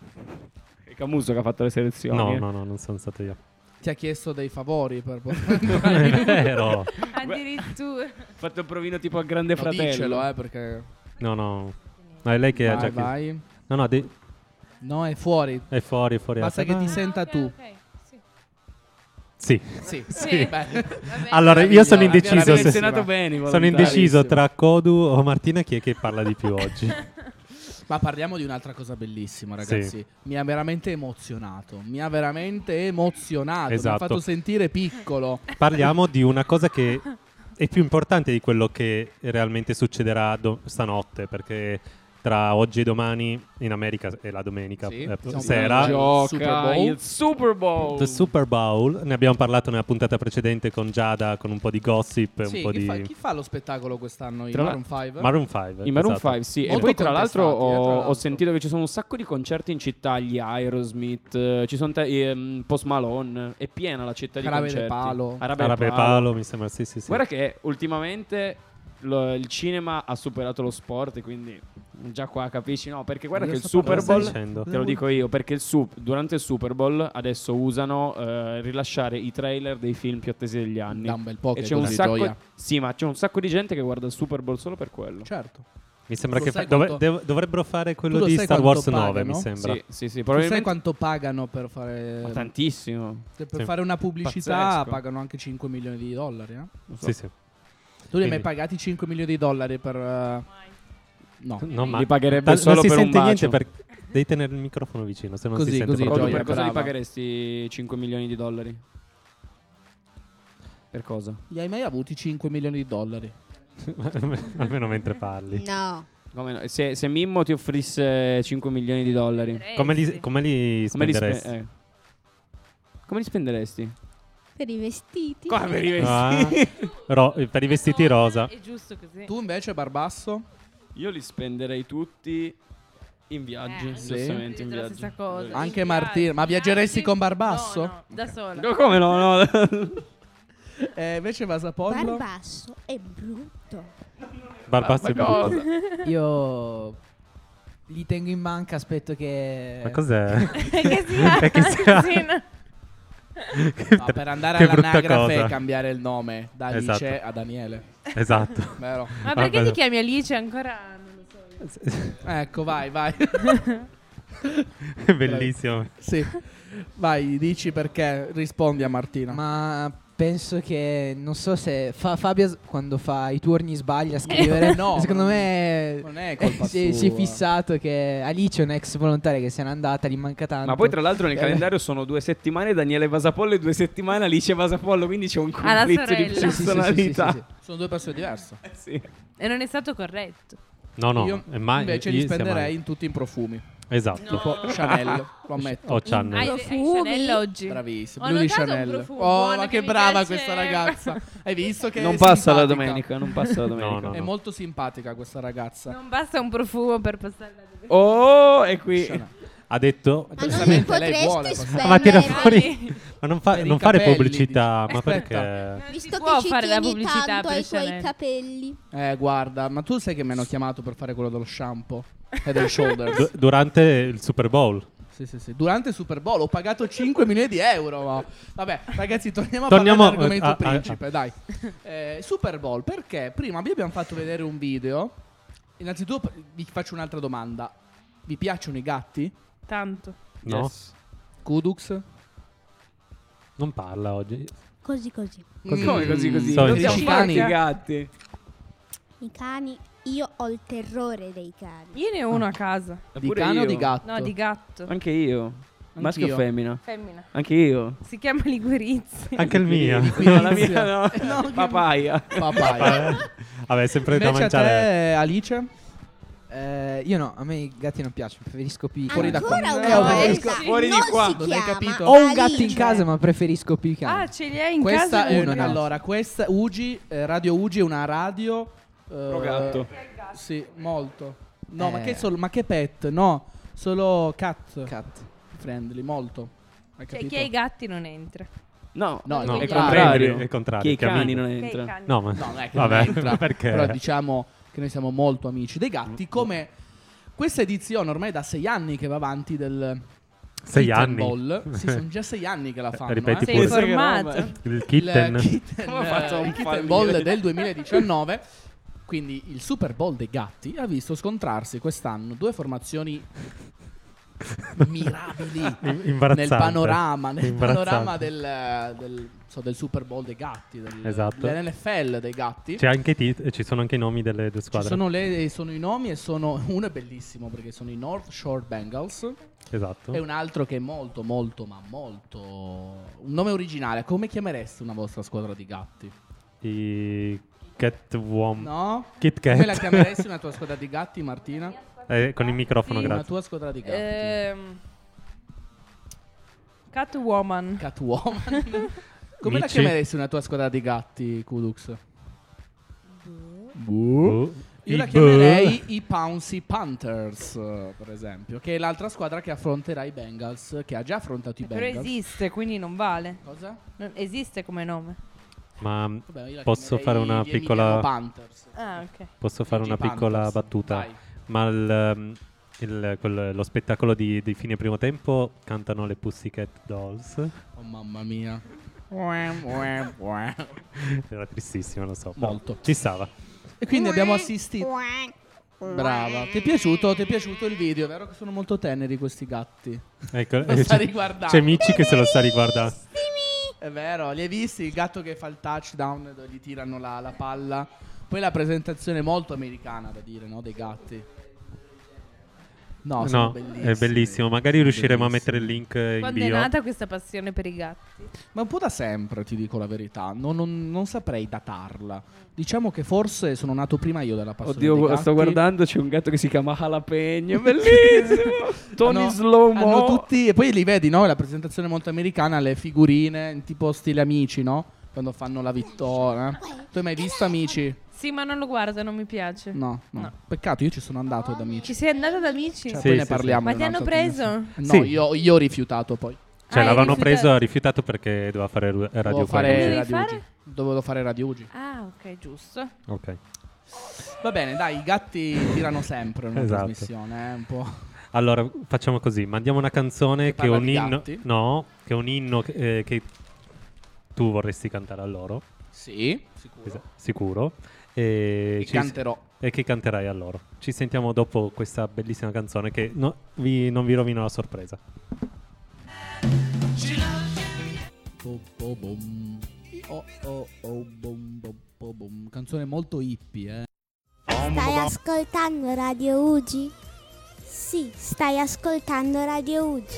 Speaker 5: È Camuso che ha fatto le selezioni.
Speaker 3: No, non sono stato io.
Speaker 2: Ti ha chiesto dei favori per poter
Speaker 3: Non è vero.
Speaker 8: Addirittura.
Speaker 5: Ha fatto il provino tipo al Grande
Speaker 2: No,
Speaker 5: Fratello.
Speaker 2: dicelo, perché
Speaker 3: No, no. No, è lei che ha già chiesto.
Speaker 2: vai.
Speaker 3: No,
Speaker 2: No, è fuori.
Speaker 3: è fuori.
Speaker 2: Basta che ti senta
Speaker 8: ok,
Speaker 2: tu.
Speaker 8: ok, sì.
Speaker 3: Sì.
Speaker 2: Sì,
Speaker 8: Sì.
Speaker 2: Beh.
Speaker 3: Allora, io sono
Speaker 2: Abbiamo
Speaker 3: indeciso.
Speaker 5: Abbiamo
Speaker 3: se-
Speaker 5: selezionato bene i
Speaker 3: Sono
Speaker 5: volontari.
Speaker 3: indeciso tra Kodu o Martina. Chi è che parla di più oggi?
Speaker 2: Ma parliamo di un'altra cosa bellissima, ragazzi.
Speaker 3: Sì.
Speaker 2: Mi ha veramente emozionato. Mi ha
Speaker 3: Esatto.
Speaker 2: Mi ha fatto sentire piccolo.
Speaker 3: Parliamo di una cosa che è più importante di quello che realmente succederà stanotte, perché tra oggi e domani in America è la domenica
Speaker 2: Sì,
Speaker 3: sera.
Speaker 2: Super
Speaker 5: Gioca
Speaker 2: Bowl.
Speaker 5: il Super Bowl.
Speaker 3: The Super Bowl, ne abbiamo parlato nella puntata precedente con Giada, con un po' di gossip,
Speaker 2: Sì,
Speaker 3: un po'
Speaker 2: chi fa lo spettacolo quest'anno? I
Speaker 5: Tra
Speaker 2: Maroon 5?
Speaker 3: Maroon 5.
Speaker 5: I Maroon
Speaker 3: esatto.
Speaker 5: 5, sì. E
Speaker 2: Molto
Speaker 5: poi tra l'altro,
Speaker 2: contestati, tra l'altro.
Speaker 5: ho sentito che ci sono un sacco di concerti in città, gli Aerosmith, ci sono Post Malone, è piena la città di
Speaker 2: Arabe de
Speaker 5: concerti.
Speaker 2: Palo.
Speaker 3: Arabe Palo, mi sembra, sì.
Speaker 5: Guarda che ultimamente il cinema ha superato lo sport, quindi già qua capisci, no? Perché guarda
Speaker 2: Cosa
Speaker 5: che il
Speaker 2: sta
Speaker 5: Super
Speaker 3: Cosa stai
Speaker 5: Bowl,
Speaker 3: dicendo?
Speaker 5: te lo dico io, perché durante il Super Bowl adesso usano rilasciare i trailer dei film più attesi degli anni.
Speaker 2: Da un bel po'
Speaker 5: E
Speaker 2: che
Speaker 5: c'è un
Speaker 2: così,
Speaker 5: sacco,
Speaker 2: gioia.
Speaker 5: sì, ma c'è un sacco di gente che guarda il Super Bowl solo per quello.
Speaker 2: Certo.
Speaker 3: Mi sembra
Speaker 2: Lo
Speaker 3: che
Speaker 2: sai quanto-
Speaker 3: dovrebbero fare quello
Speaker 2: Tu lo
Speaker 3: di
Speaker 2: sai
Speaker 3: Star
Speaker 2: quanto
Speaker 3: Wars 9,
Speaker 2: pagano?
Speaker 3: mi sembra.
Speaker 5: Sì,
Speaker 2: Tu sai
Speaker 5: probabilmente
Speaker 2: quanto pagano per fare
Speaker 5: ma tantissimo.
Speaker 2: per
Speaker 3: Sì.
Speaker 2: fare una pubblicità?
Speaker 5: Pazzesco.
Speaker 2: Pagano anche 5 milioni di dollari,
Speaker 5: Non so.
Speaker 3: Sì, sì.
Speaker 2: Tu li hai mai
Speaker 3: Quindi-
Speaker 2: pagati 5 milioni di dollari per no.
Speaker 3: No, ma
Speaker 5: Li pagherebbe solo
Speaker 3: non si
Speaker 5: per un
Speaker 3: sente niente
Speaker 5: bacio.
Speaker 3: devi tenere il microfono vicino, se non
Speaker 2: Così,
Speaker 3: si sente
Speaker 2: così,
Speaker 3: proprio
Speaker 5: Codu,
Speaker 2: Gioia,
Speaker 5: per cosa li
Speaker 2: brava.
Speaker 5: pagheresti 5 milioni di dollari? Per cosa?
Speaker 2: Li hai mai avuti 5 milioni di dollari?
Speaker 3: almeno mentre parli.
Speaker 6: No.
Speaker 5: Come no? Se Mimmo ti offrisse 5 milioni di dollari,
Speaker 3: Come li
Speaker 5: come li,
Speaker 3: spenderesti?
Speaker 5: come li spenderesti?
Speaker 6: Per i vestiti.
Speaker 5: Come per i
Speaker 3: Ah,
Speaker 5: vestiti?
Speaker 3: per i vestiti rosa.
Speaker 8: È giusto così.
Speaker 2: Tu invece, Barbasso?
Speaker 5: Io li spenderei tutti in viaggi.
Speaker 2: Sì.
Speaker 5: Giustamente in
Speaker 8: la
Speaker 5: viaggi.
Speaker 8: stessa cosa.
Speaker 2: Anche
Speaker 8: In
Speaker 2: Martina.
Speaker 8: viaggi,
Speaker 2: Ma viaggeresti
Speaker 8: viaggi?
Speaker 2: con Barbasso?
Speaker 8: No, da sola.
Speaker 5: No, come no?
Speaker 2: Invece Vasapollo?
Speaker 6: Barbasso è brutto.
Speaker 3: Barbasso è
Speaker 5: Ma cosa?
Speaker 3: brutto.
Speaker 4: Io li tengo in banca, aspetto che...
Speaker 3: Ma cos'è?
Speaker 8: che sia,
Speaker 3: È che sia-
Speaker 8: sì, no.
Speaker 2: No, per andare
Speaker 3: Che brutta
Speaker 2: all'anagrafe
Speaker 3: cosa.
Speaker 2: e cambiare il nome da Alice
Speaker 3: Esatto.
Speaker 2: a Daniele.
Speaker 3: Esatto.
Speaker 2: Vero?
Speaker 8: Ma perché
Speaker 3: Vabbè.
Speaker 8: ti chiami Alice ancora? Non lo so.
Speaker 2: Ecco, vai.
Speaker 3: È bellissimo.
Speaker 2: Sì. Vai, dici perché. Rispondi a Martina.
Speaker 4: Ma penso che, non so se Fabio quando fa i turni sbaglia a scrivere.
Speaker 2: No,
Speaker 4: secondo
Speaker 2: non-
Speaker 4: me
Speaker 2: non è colpa
Speaker 4: si è
Speaker 2: sua.
Speaker 4: fissato che Alice è un'ex volontaria che se n'è andata, gli manca tanto.
Speaker 5: Ma poi tra l'altro nel calendario sono 2 settimane Daniele Vasapollo e 2 settimane Alice Vasapollo, quindi c'è un
Speaker 8: Ah, la
Speaker 5: conflitto di
Speaker 8: sorella.
Speaker 5: personalità.
Speaker 2: Sono due persone diverse.
Speaker 5: Sì.
Speaker 8: E non è stato corretto.
Speaker 3: No,
Speaker 2: Io
Speaker 3: è mai,
Speaker 2: invece li spenderei in tutti in profumi.
Speaker 3: Esatto.
Speaker 8: No.
Speaker 2: Tipo Chanel, lo ammetto.
Speaker 3: O Chanel.
Speaker 8: Hai Chanel oggi?
Speaker 2: Bravissimo.
Speaker 8: Ho
Speaker 2: Lui di
Speaker 8: notato un
Speaker 2: Chanel.
Speaker 8: profumo
Speaker 2: Oh,
Speaker 8: buono
Speaker 2: ma
Speaker 8: che
Speaker 2: che
Speaker 8: mi
Speaker 2: brava
Speaker 8: piace.
Speaker 2: questa ragazza. Hai visto che
Speaker 5: Non
Speaker 2: è
Speaker 5: passa la
Speaker 2: simpatica?
Speaker 5: domenica, non passa la domenica.
Speaker 3: No.
Speaker 2: È molto simpatica questa ragazza.
Speaker 8: Non basta un profumo per passare la domenica.
Speaker 5: Oh, è qui.
Speaker 2: Chanel.
Speaker 3: Ha detto...
Speaker 6: Ma non mi
Speaker 2: Giustamente lei vuole.
Speaker 6: potresti
Speaker 2: passare-
Speaker 3: Ma tira
Speaker 6: spendere
Speaker 3: fuori... Ma non,
Speaker 2: Per i
Speaker 3: non fare
Speaker 2: capelli,
Speaker 3: pubblicità,
Speaker 2: dici.
Speaker 3: ma
Speaker 2: Aspetta.
Speaker 3: perché...
Speaker 8: Non
Speaker 6: Visto
Speaker 8: si può
Speaker 6: che ci
Speaker 8: fare la
Speaker 6: tieni
Speaker 8: pubblicità
Speaker 6: tanto
Speaker 8: per
Speaker 6: ai tuoi
Speaker 8: Chanel.
Speaker 6: capelli.
Speaker 2: Guarda, ma tu sai che mi hanno chiamato per fare quello dello shampoo e del shoulders.
Speaker 3: Durante il Super Bowl.
Speaker 2: Sì. Durante il Super Bowl ho pagato 5 milioni di euro. Ma... Vabbè, ragazzi, torniamo
Speaker 3: Torniamo,
Speaker 2: a parlare dell'argomento principe.
Speaker 3: ah.
Speaker 2: Dai. Super Bowl, perché prima vi abbiamo fatto vedere un video. Innanzitutto vi faccio un'altra domanda. Vi piacciono i gatti?
Speaker 8: Tanto.
Speaker 3: No?
Speaker 5: Yes.
Speaker 2: Kudux?
Speaker 3: Non parla oggi.
Speaker 6: Così.
Speaker 5: Come così?
Speaker 3: So,
Speaker 5: Non
Speaker 3: i
Speaker 5: siamo
Speaker 2: cani.
Speaker 5: fatti i gatti.
Speaker 6: I cani, io ho il terrore dei cani.
Speaker 8: Io ne ho uno a casa.
Speaker 2: Di
Speaker 5: Pure
Speaker 2: cane o
Speaker 5: io.
Speaker 2: di gatto?
Speaker 8: No, di gatto.
Speaker 5: Anche io.
Speaker 10: Maschio o
Speaker 2: Anch'io.
Speaker 10: femmina?
Speaker 8: Femmina.
Speaker 10: Anche io.
Speaker 8: Si chiama Ligurizzi.
Speaker 3: Anche il mio.
Speaker 10: No, la mia no. Papaya.
Speaker 2: Papaya.
Speaker 3: Vabbè, sempre da
Speaker 2: Invece a
Speaker 3: mangiare.
Speaker 2: te, Alice?
Speaker 4: Io no, a me i gatti non piacciono, preferisco piccoli.
Speaker 2: Fuori da qua.
Speaker 6: Ancora
Speaker 2: Ho
Speaker 6: una
Speaker 2: preferisco-
Speaker 6: volta.
Speaker 10: fuori di
Speaker 6: Non
Speaker 10: qua.
Speaker 6: si
Speaker 2: Non hai
Speaker 6: chiama
Speaker 2: capito?
Speaker 4: Ho un gatto in
Speaker 6: Alice.
Speaker 4: casa, ma preferisco più i cani.
Speaker 8: Ah, ce li hai in
Speaker 2: Questa
Speaker 8: casa?
Speaker 2: è
Speaker 4: uno, no.
Speaker 2: allora, questa Ugi, Radio Ugi è una radio
Speaker 10: Pro gatto.
Speaker 2: Sì, molto. No,
Speaker 4: Eh.
Speaker 2: ma che pet? No, solo cat
Speaker 4: Cat.
Speaker 2: friendly, molto. Hai
Speaker 8: Cioè,
Speaker 2: capito?
Speaker 8: chi ha i gatti non entra.
Speaker 10: No,
Speaker 2: No,
Speaker 3: No,
Speaker 10: è il
Speaker 8: Gli
Speaker 10: contrario.
Speaker 3: È il contrario.
Speaker 10: Che i
Speaker 3: che
Speaker 10: cani
Speaker 3: amico.
Speaker 10: non
Speaker 8: Che i
Speaker 10: entra.
Speaker 8: cani.
Speaker 3: No, ma
Speaker 2: No, non è che
Speaker 3: vabbè,
Speaker 2: non entra,
Speaker 3: perché
Speaker 2: però diciamo che noi siamo molto amici dei gatti, come questa edizione ormai da 6 anni che va avanti del
Speaker 3: 6
Speaker 2: Kitten
Speaker 3: anni.
Speaker 2: Ball. Sì, sono già 6 anni che la fanno.
Speaker 3: Ripeti
Speaker 8: Sei
Speaker 3: pure.
Speaker 10: Pensa che
Speaker 8: informato.
Speaker 10: roba.
Speaker 3: Il kitten.
Speaker 2: Il Kitten,
Speaker 10: Come ha fatto a
Speaker 2: il
Speaker 10: non
Speaker 2: Kitten
Speaker 10: fallire?
Speaker 2: Ball del 2019. Quindi il Super Bowl dei gatti ha visto scontrarsi quest'anno due formazioni mirabili
Speaker 3: Imbarazzante.
Speaker 2: nel panorama
Speaker 3: Imbarazzante.
Speaker 2: del Super Bowl dei gatti,
Speaker 3: Esatto.
Speaker 2: dell'NFL dei gatti.
Speaker 3: C'è anche ci sono anche i nomi delle due
Speaker 2: Ci
Speaker 3: squadre.
Speaker 2: sono i nomi e uno è bellissimo perché sono i North Shore Bengals
Speaker 3: Esatto.
Speaker 2: e un altro che è molto molto ma molto un nome originale. Come chiamereste una vostra squadra di gatti?
Speaker 3: I Catworm.
Speaker 2: No?
Speaker 3: Kit
Speaker 2: Come la
Speaker 3: Kat.
Speaker 2: chiameresti una tua squadra di gatti, Martina?
Speaker 3: Con il microfono,
Speaker 2: Una
Speaker 3: grazie.
Speaker 2: tua squadra di gatti.
Speaker 8: Catwoman.
Speaker 2: Catwoman. Come la
Speaker 3: Mici?
Speaker 2: chiameresti una tua squadra di gatti, Kudux? Io la
Speaker 3: I
Speaker 2: chiamerei i Pouncy Panthers, per esempio, che è l'altra squadra che affronterà i Bengals, che ha già affrontato i
Speaker 8: Però
Speaker 2: Bengals.
Speaker 8: esiste, quindi non vale.
Speaker 2: Cosa?
Speaker 8: Non esiste come nome.
Speaker 3: Ma
Speaker 2: Vabbè, io la
Speaker 3: posso
Speaker 2: chiamerei
Speaker 3: fare una
Speaker 2: gli
Speaker 3: piccola
Speaker 2: Emiliano Panthers.
Speaker 8: Ah, ok.
Speaker 3: posso fare
Speaker 2: Gigi
Speaker 3: una piccola
Speaker 2: Panthers.
Speaker 3: battuta?
Speaker 2: Vai.
Speaker 3: Ma lo spettacolo di fine primo tempo cantano le Pussycat Dolls.
Speaker 2: Oh mamma mia.
Speaker 3: Era tristissimo, lo so. però
Speaker 2: Molto.
Speaker 3: Ci stava.
Speaker 2: E quindi abbiamo assistito. Brava. Ti è piaciuto? Ti è piaciuto il video? È vero che sono molto teneri questi gatti.
Speaker 3: Ecco,
Speaker 2: Lo sta
Speaker 3: c'è,
Speaker 2: riguardando.
Speaker 3: c'è Mici che se lo sta riguardando.
Speaker 2: È vero, li hai visti? Il gatto che fa il touchdown dove gli tirano la palla. Poi la presentazione molto americana da dire, no? Dei gatti. No, sono
Speaker 3: No,
Speaker 2: bellissimi.
Speaker 3: è bellissimo. Magari riusciremo a
Speaker 2: Bellissimi.
Speaker 3: mettere il link in
Speaker 8: Quando è
Speaker 3: bio.
Speaker 8: nata questa passione per i gatti?
Speaker 2: Ma un po' da sempre, ti dico la verità. Non saprei datarla. Diciamo che forse sono nato prima io della passione dei
Speaker 10: Oddio,
Speaker 2: gatti.
Speaker 10: sto guardando, c'è un gatto che si chiama Jalapeno, bellissimo. Tony
Speaker 2: Hanno-
Speaker 10: Slow-mo.
Speaker 2: hanno tutti, e poi li vedi, no? La presentazione molto americana, le figurine, in tipo stile Amici, no? Quando fanno la vittoria. Tu hai mai visto Amici?
Speaker 8: Sì, ma non lo guardo, non mi piace.
Speaker 2: No.
Speaker 8: No.
Speaker 2: Peccato, io ci sono andato ad Amici.
Speaker 8: Ci sei andato da amici?
Speaker 2: Cioè,
Speaker 3: Sì,
Speaker 2: poi ne
Speaker 3: sì,
Speaker 2: parliamo.
Speaker 8: Ma
Speaker 2: in
Speaker 8: ti hanno
Speaker 2: un'altra
Speaker 8: preso?
Speaker 2: trasmissione. No,
Speaker 3: Sì.
Speaker 2: io ho rifiutato poi.
Speaker 3: Cioè,
Speaker 8: Ah, hai
Speaker 3: l'avevano
Speaker 8: rifiutato?
Speaker 3: preso, ha rifiutato perché doveva fare Radio
Speaker 2: Dovevo
Speaker 3: Fai.
Speaker 2: fare
Speaker 8: Devi
Speaker 2: Radio
Speaker 8: fare?
Speaker 2: Ugi. Dovevo fare Radio Ugi.
Speaker 8: Ah, ok, giusto.
Speaker 3: Ok.
Speaker 2: Va bene, dai, i gatti tirano sempre una
Speaker 3: Esatto.
Speaker 2: trasmissione, un po'.
Speaker 3: Allora, facciamo così. Mandiamo una canzone che è
Speaker 2: parla
Speaker 3: un
Speaker 2: di
Speaker 3: inno.
Speaker 2: gatti?
Speaker 3: No, che è un inno che tu vorresti cantare a loro.
Speaker 2: Sì, sicuro.
Speaker 3: Sicuro. E
Speaker 2: Che canterò.
Speaker 3: E che canterai a loro. Ci sentiamo dopo questa bellissima canzone che non vi rovino la sorpresa.
Speaker 2: Bo, bo, bom. Oh, oh, oh, bom, bo, bo, bom. Canzone molto hippie,
Speaker 6: Stai ascoltando Radio Ugi? Sì, stai ascoltando Radio Ugi.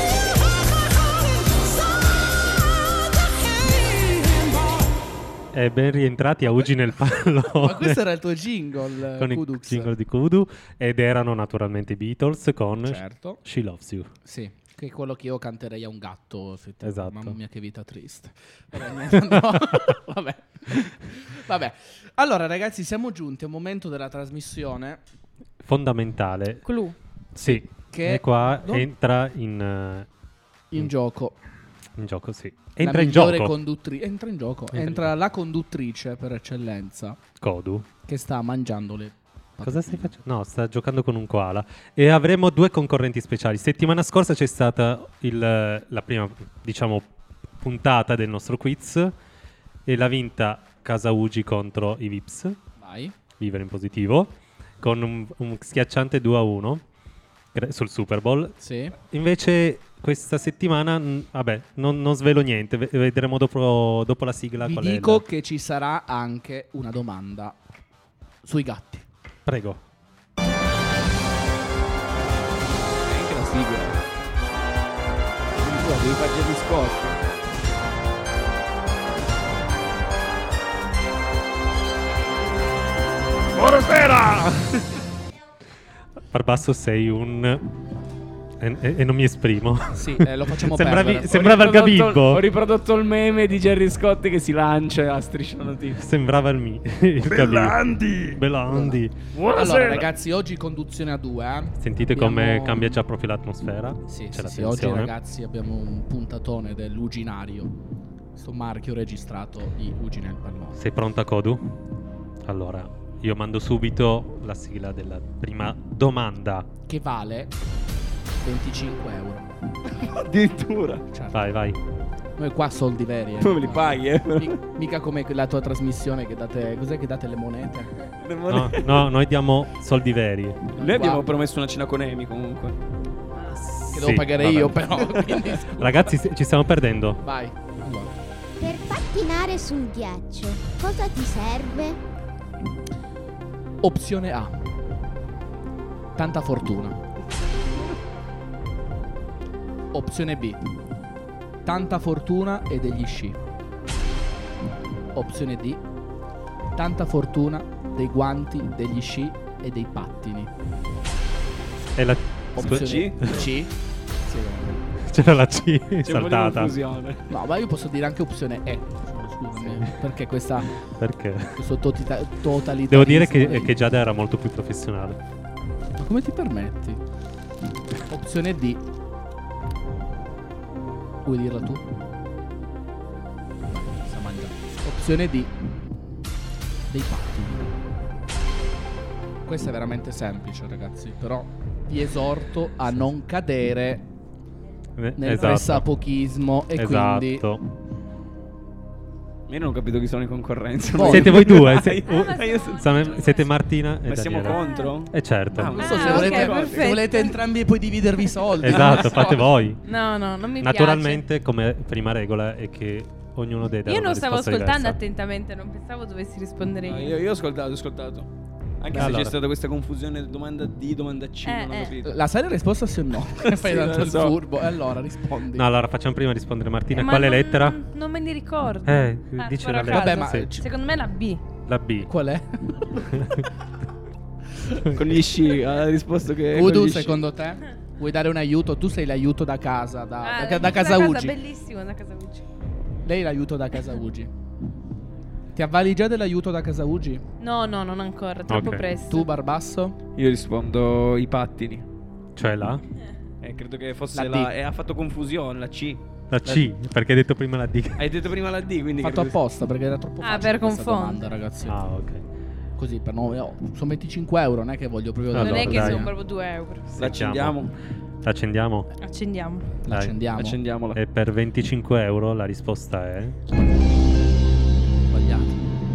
Speaker 3: E ben rientrati a Ugi nel pallone.
Speaker 2: Ma questo era il tuo jingle,
Speaker 3: con il
Speaker 2: Kudux.
Speaker 3: jingle di Kudu. Ed erano naturalmente i Beatles con
Speaker 2: Certo.
Speaker 3: She Loves You.
Speaker 2: Sì, che è quello che io canterei a un gatto. effettivamente.
Speaker 3: Esatto.
Speaker 2: Mamma mia, che vita triste. Vabbè, niente, no. Vabbè. Allora, ragazzi, siamo giunti a un momento della trasmissione
Speaker 3: Fondamentale.
Speaker 8: Clou.
Speaker 3: Sì.
Speaker 2: che
Speaker 3: E qua
Speaker 2: non-
Speaker 3: entra in
Speaker 2: gioco.
Speaker 3: in gioco, sì.
Speaker 2: La
Speaker 3: Entra in
Speaker 2: migliore
Speaker 3: gioco.
Speaker 2: entra in gioco.
Speaker 3: Entra in
Speaker 2: Entra la conduttrice per eccellenza
Speaker 3: Kodu.
Speaker 2: che sta mangiando le
Speaker 3: Cosa stai facendo? No, sta giocando con un koala. E avremo due concorrenti speciali. Settimana scorsa c'è stata la prima, diciamo, puntata del nostro quiz e l'ha vinta Casa Ugi contro i Vips,
Speaker 2: Vai.
Speaker 3: Vivere in Positivo, con un schiacciante 2-1 sul Super Bowl.
Speaker 2: Sì.
Speaker 3: Invece questa settimana, vabbè, non svelo niente, vedremo dopo la sigla.
Speaker 2: Vi
Speaker 3: qual è
Speaker 2: dico che ci sarà anche una domanda sui gatti.
Speaker 3: Prego.
Speaker 4: Anche la sigla.
Speaker 10: devi fare Gerry Scott.
Speaker 3: Buonasera! Barbasso sei un... E non mi esprimo.
Speaker 2: Sì, lo facciamo perdere.
Speaker 3: Sembrava il Gabibbo.
Speaker 10: Ho riprodotto il meme di Gerry Scott che si lancia a Striscia la Notizia.
Speaker 3: Sembrava il Belandi. Belandi.
Speaker 2: Allora ragazzi, oggi conduzione a 2.
Speaker 3: Sentite come cambia già proprio l'atmosfera?
Speaker 2: Sì,
Speaker 3: C'è
Speaker 2: sì,
Speaker 3: la
Speaker 2: oggi
Speaker 3: tensione.
Speaker 2: ragazzi abbiamo un puntatone dell'Uginario. Sto marchio registrato di Ugine il Palmone.
Speaker 3: Sei pronta, Kodu? Allora, io mando subito la sigla della prima domanda.
Speaker 2: Che vale 25 euro.
Speaker 10: Addirittura.
Speaker 2: Certo.
Speaker 3: Vai.
Speaker 2: Noi qua soldi veri.
Speaker 10: Tu me li paghi,
Speaker 2: Mica come la tua trasmissione che date. Cos'è che date le monete?
Speaker 3: No, noi diamo soldi veri.
Speaker 10: Noi abbiamo promesso una cena con Amy comunque.
Speaker 2: Che devo pagare io però. Quindi,
Speaker 3: ragazzi, ci stiamo perdendo.
Speaker 2: Vai. Allora.
Speaker 6: Per pattinare sul ghiaccio, cosa ti serve?
Speaker 2: Opzione A. Tanta fortuna. Opzione B. Tanta fortuna e degli sci. Opzione D. Tanta fortuna, dei guanti, degli sci e dei pattini.
Speaker 3: E la
Speaker 2: Opzione
Speaker 10: C?
Speaker 2: C. Sì.
Speaker 3: C'era la C
Speaker 10: C'è
Speaker 3: saltata.
Speaker 10: confusione.
Speaker 2: No, ma io posso dire anche opzione E. Scusami, perché questa
Speaker 3: Perché?
Speaker 2: questo totalitarismo.
Speaker 3: Devo dire che Giada era molto più professionale.
Speaker 2: Ma come ti permetti? Opzione D. Vuoi dirla tu? Sta mangiando. Opzione D. Dei pattini. Questa è veramente semplice, ragazzi. Però vi esorto a non cadere nel pressapochismo. E quindi
Speaker 10: Io non ho capito chi sono i concorrenza.
Speaker 3: Siete voi due?
Speaker 10: Siete
Speaker 3: Siete Martina e
Speaker 10: Ma siamo
Speaker 3: Daniele.
Speaker 10: contro?
Speaker 3: Certo.
Speaker 2: non so se volete entrambi poi dividervi i soldi.
Speaker 3: Esatto, fate voi.
Speaker 8: No, non mi
Speaker 3: Naturalmente, come prima regola è che ognuno deve dare
Speaker 8: piace. Io non
Speaker 3: una
Speaker 8: stavo
Speaker 3: risposta
Speaker 8: ascoltando
Speaker 3: diversa.
Speaker 8: attentamente, non pensavo dovessi rispondere
Speaker 10: No,
Speaker 8: io.
Speaker 10: io ho ascoltato. Anche se
Speaker 3: Allora.
Speaker 10: c'è stata questa confusione domanda D, domanda C, non ho capito.
Speaker 2: La seria risposta sì o no? Fai
Speaker 10: Sì,
Speaker 2: tanto
Speaker 10: lo
Speaker 2: il
Speaker 10: so.
Speaker 2: furbo. E allora rispondi.
Speaker 3: No, allora facciamo prima rispondere Martina.
Speaker 8: Ma
Speaker 3: Quale
Speaker 8: non-
Speaker 3: lettera?
Speaker 8: Non me ne ricordo.
Speaker 3: Dice
Speaker 8: sparo
Speaker 3: la
Speaker 8: a
Speaker 3: lettera.
Speaker 2: Vabbè, ma
Speaker 3: Sì.
Speaker 8: Secondo me è la B.
Speaker 3: La B.
Speaker 2: Qual è?
Speaker 10: Con gli sci, ha risposto che
Speaker 2: Udu,
Speaker 10: con gli sci.
Speaker 2: secondo te? Vuoi dare un aiuto? Tu sei l'aiuto da casa, da
Speaker 8: l'aiuto
Speaker 2: casa Ugi.
Speaker 8: Bellissimo, da casa Ugi.
Speaker 2: Lei è l'aiuto da casa Ugi. Ti avvali già dell'aiuto da casa Ugi?
Speaker 8: No, non ancora, troppo
Speaker 3: Ok.
Speaker 8: presto.
Speaker 2: Tu, Barbasso?
Speaker 10: Io rispondo i pattini.
Speaker 3: Cioè la?
Speaker 10: Credo che fosse
Speaker 2: La
Speaker 10: la
Speaker 2: D.
Speaker 10: E ha fatto confusione, la C.
Speaker 3: La C, perché hai detto prima la D.
Speaker 10: Hai detto prima la D, quindi...
Speaker 2: Fatto
Speaker 10: credo-
Speaker 2: apposta perché era troppo facile
Speaker 8: per
Speaker 2: questa
Speaker 8: confondere.
Speaker 2: domanda, ragazzi.
Speaker 3: Ah, ok.
Speaker 2: Così per noi, sono 25 euro, non è che voglio proprio
Speaker 3: Allora,
Speaker 8: Non è che
Speaker 3: dai.
Speaker 8: sono proprio 2 euro.
Speaker 10: La accendiamo?
Speaker 3: Accendiamo.
Speaker 8: Accendiamo.
Speaker 2: La accendiamo.
Speaker 10: Accendiamola.
Speaker 3: E per 25 euro la risposta è...
Speaker 2: Sbagliato.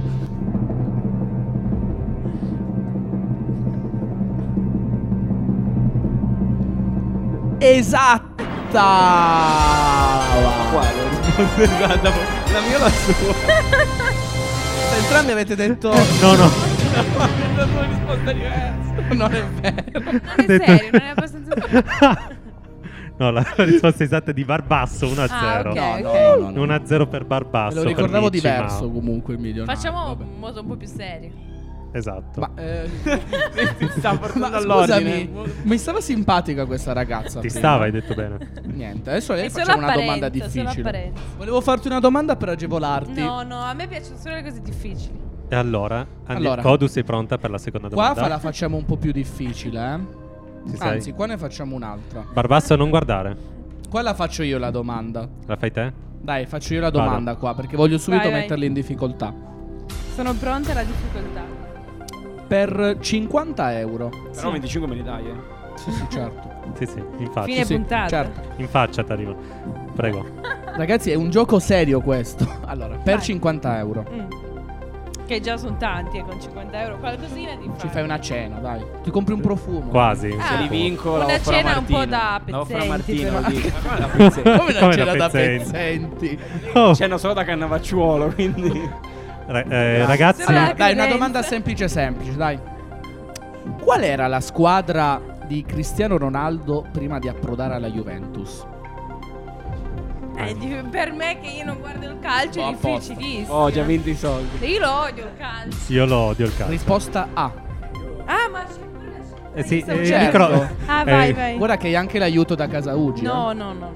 Speaker 2: Esatta!
Speaker 10: Quale? Ho risposto esatta. La mia o la sua?
Speaker 2: Entrambi avete detto
Speaker 3: No.
Speaker 10: Ho dato una risposta diversa.
Speaker 2: non è vero.
Speaker 8: Non è serio, non è abbastanza.
Speaker 3: No, la risposta esatta è di Barbasso 1-0.
Speaker 8: Ah, ok,
Speaker 2: No,
Speaker 8: ok.
Speaker 2: no.
Speaker 3: 1-0 per Barbasso.
Speaker 2: Me lo ricordavo
Speaker 3: per Mici,
Speaker 2: diverso
Speaker 3: ma-
Speaker 2: comunque il milionario.
Speaker 8: Facciamo
Speaker 2: vabbè.
Speaker 8: un modo un po' più serio.
Speaker 3: Esatto.
Speaker 2: Ma,
Speaker 10: Ti sta portando
Speaker 2: ma
Speaker 10: all'ordine.
Speaker 2: scusami, mi stava simpatica questa ragazza.
Speaker 3: Ti
Speaker 2: prima.
Speaker 3: stava, hai detto bene.
Speaker 2: Niente, adesso lei
Speaker 8: È solo
Speaker 2: facciamo una
Speaker 8: apparenza,
Speaker 2: domanda
Speaker 8: solo
Speaker 2: difficile.
Speaker 8: apparenza.
Speaker 2: Volevo farti una domanda per agevolarti.
Speaker 8: No, a me piacciono solo le cose difficili.
Speaker 3: E allora,
Speaker 2: Allora.
Speaker 3: Kodu, sei pronta per la seconda
Speaker 2: Qua
Speaker 3: domanda?
Speaker 2: la facciamo un po' più difficile, eh?
Speaker 3: Ci sei?
Speaker 2: Anzi, qua ne facciamo un'altra.
Speaker 3: Barbasso, non guardare.
Speaker 2: Qua la faccio io la domanda.
Speaker 3: La fai te?
Speaker 2: Dai, faccio io la domanda qua perché voglio subito
Speaker 8: Vai, vai.
Speaker 2: metterli in difficoltà.
Speaker 8: Sono pronta alla difficoltà.
Speaker 2: Per 50 euro.
Speaker 10: Però 25 me li dai,
Speaker 2: Sì, sì, certo.
Speaker 3: Sì, in faccia.
Speaker 8: Fine
Speaker 2: Sì,
Speaker 8: puntata.
Speaker 2: certo.
Speaker 3: In faccia t'arrivo. Prego.
Speaker 2: Ragazzi, è un gioco serio questo. Allora, per
Speaker 8: Vai.
Speaker 2: 50 euro
Speaker 8: Che già sono tanti, con 50 euro qualcosina ti
Speaker 2: ci fai una cena, dai. Ti compri un profumo.
Speaker 3: Quasi.
Speaker 8: Ah.
Speaker 10: Se li vinco la
Speaker 8: Una
Speaker 10: offro a
Speaker 8: cena un po'
Speaker 10: Martina.
Speaker 8: da
Speaker 10: La offro a
Speaker 8: pezzenti,
Speaker 10: Martina,
Speaker 8: però.
Speaker 10: lo dico. Ma da pezzenti.
Speaker 2: Come una
Speaker 3: Come
Speaker 2: cena
Speaker 3: da
Speaker 2: da
Speaker 3: pezzenti?
Speaker 2: pezzenti?
Speaker 3: Oh.
Speaker 10: Cena solo da Cannavacciuolo, quindi...
Speaker 3: Ragazzi,
Speaker 8: Solo
Speaker 2: Allora,
Speaker 8: la
Speaker 2: dai, una
Speaker 8: credenza.
Speaker 2: domanda semplice, dai. Qual era la squadra di Cristiano Ronaldo prima di approdare alla Juventus?
Speaker 8: Per me che io non guardo il calcio è difficilissimo.
Speaker 5: Oh, già vinto i soldi.
Speaker 8: Io lo odio il calcio.
Speaker 3: Io lo odio il calcio.
Speaker 2: Risposta A.
Speaker 8: Ah, ma
Speaker 3: sì,
Speaker 2: certo.
Speaker 8: vai.
Speaker 2: Guarda che hai anche l'aiuto da casa Ugi.
Speaker 8: No.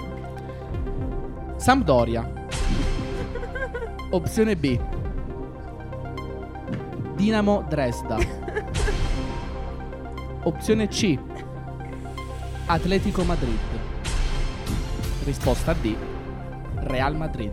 Speaker 2: Sampdoria. Opzione B. Dinamo Dresda. Opzione C. Atletico Madrid. Risposta D. Real Madrid.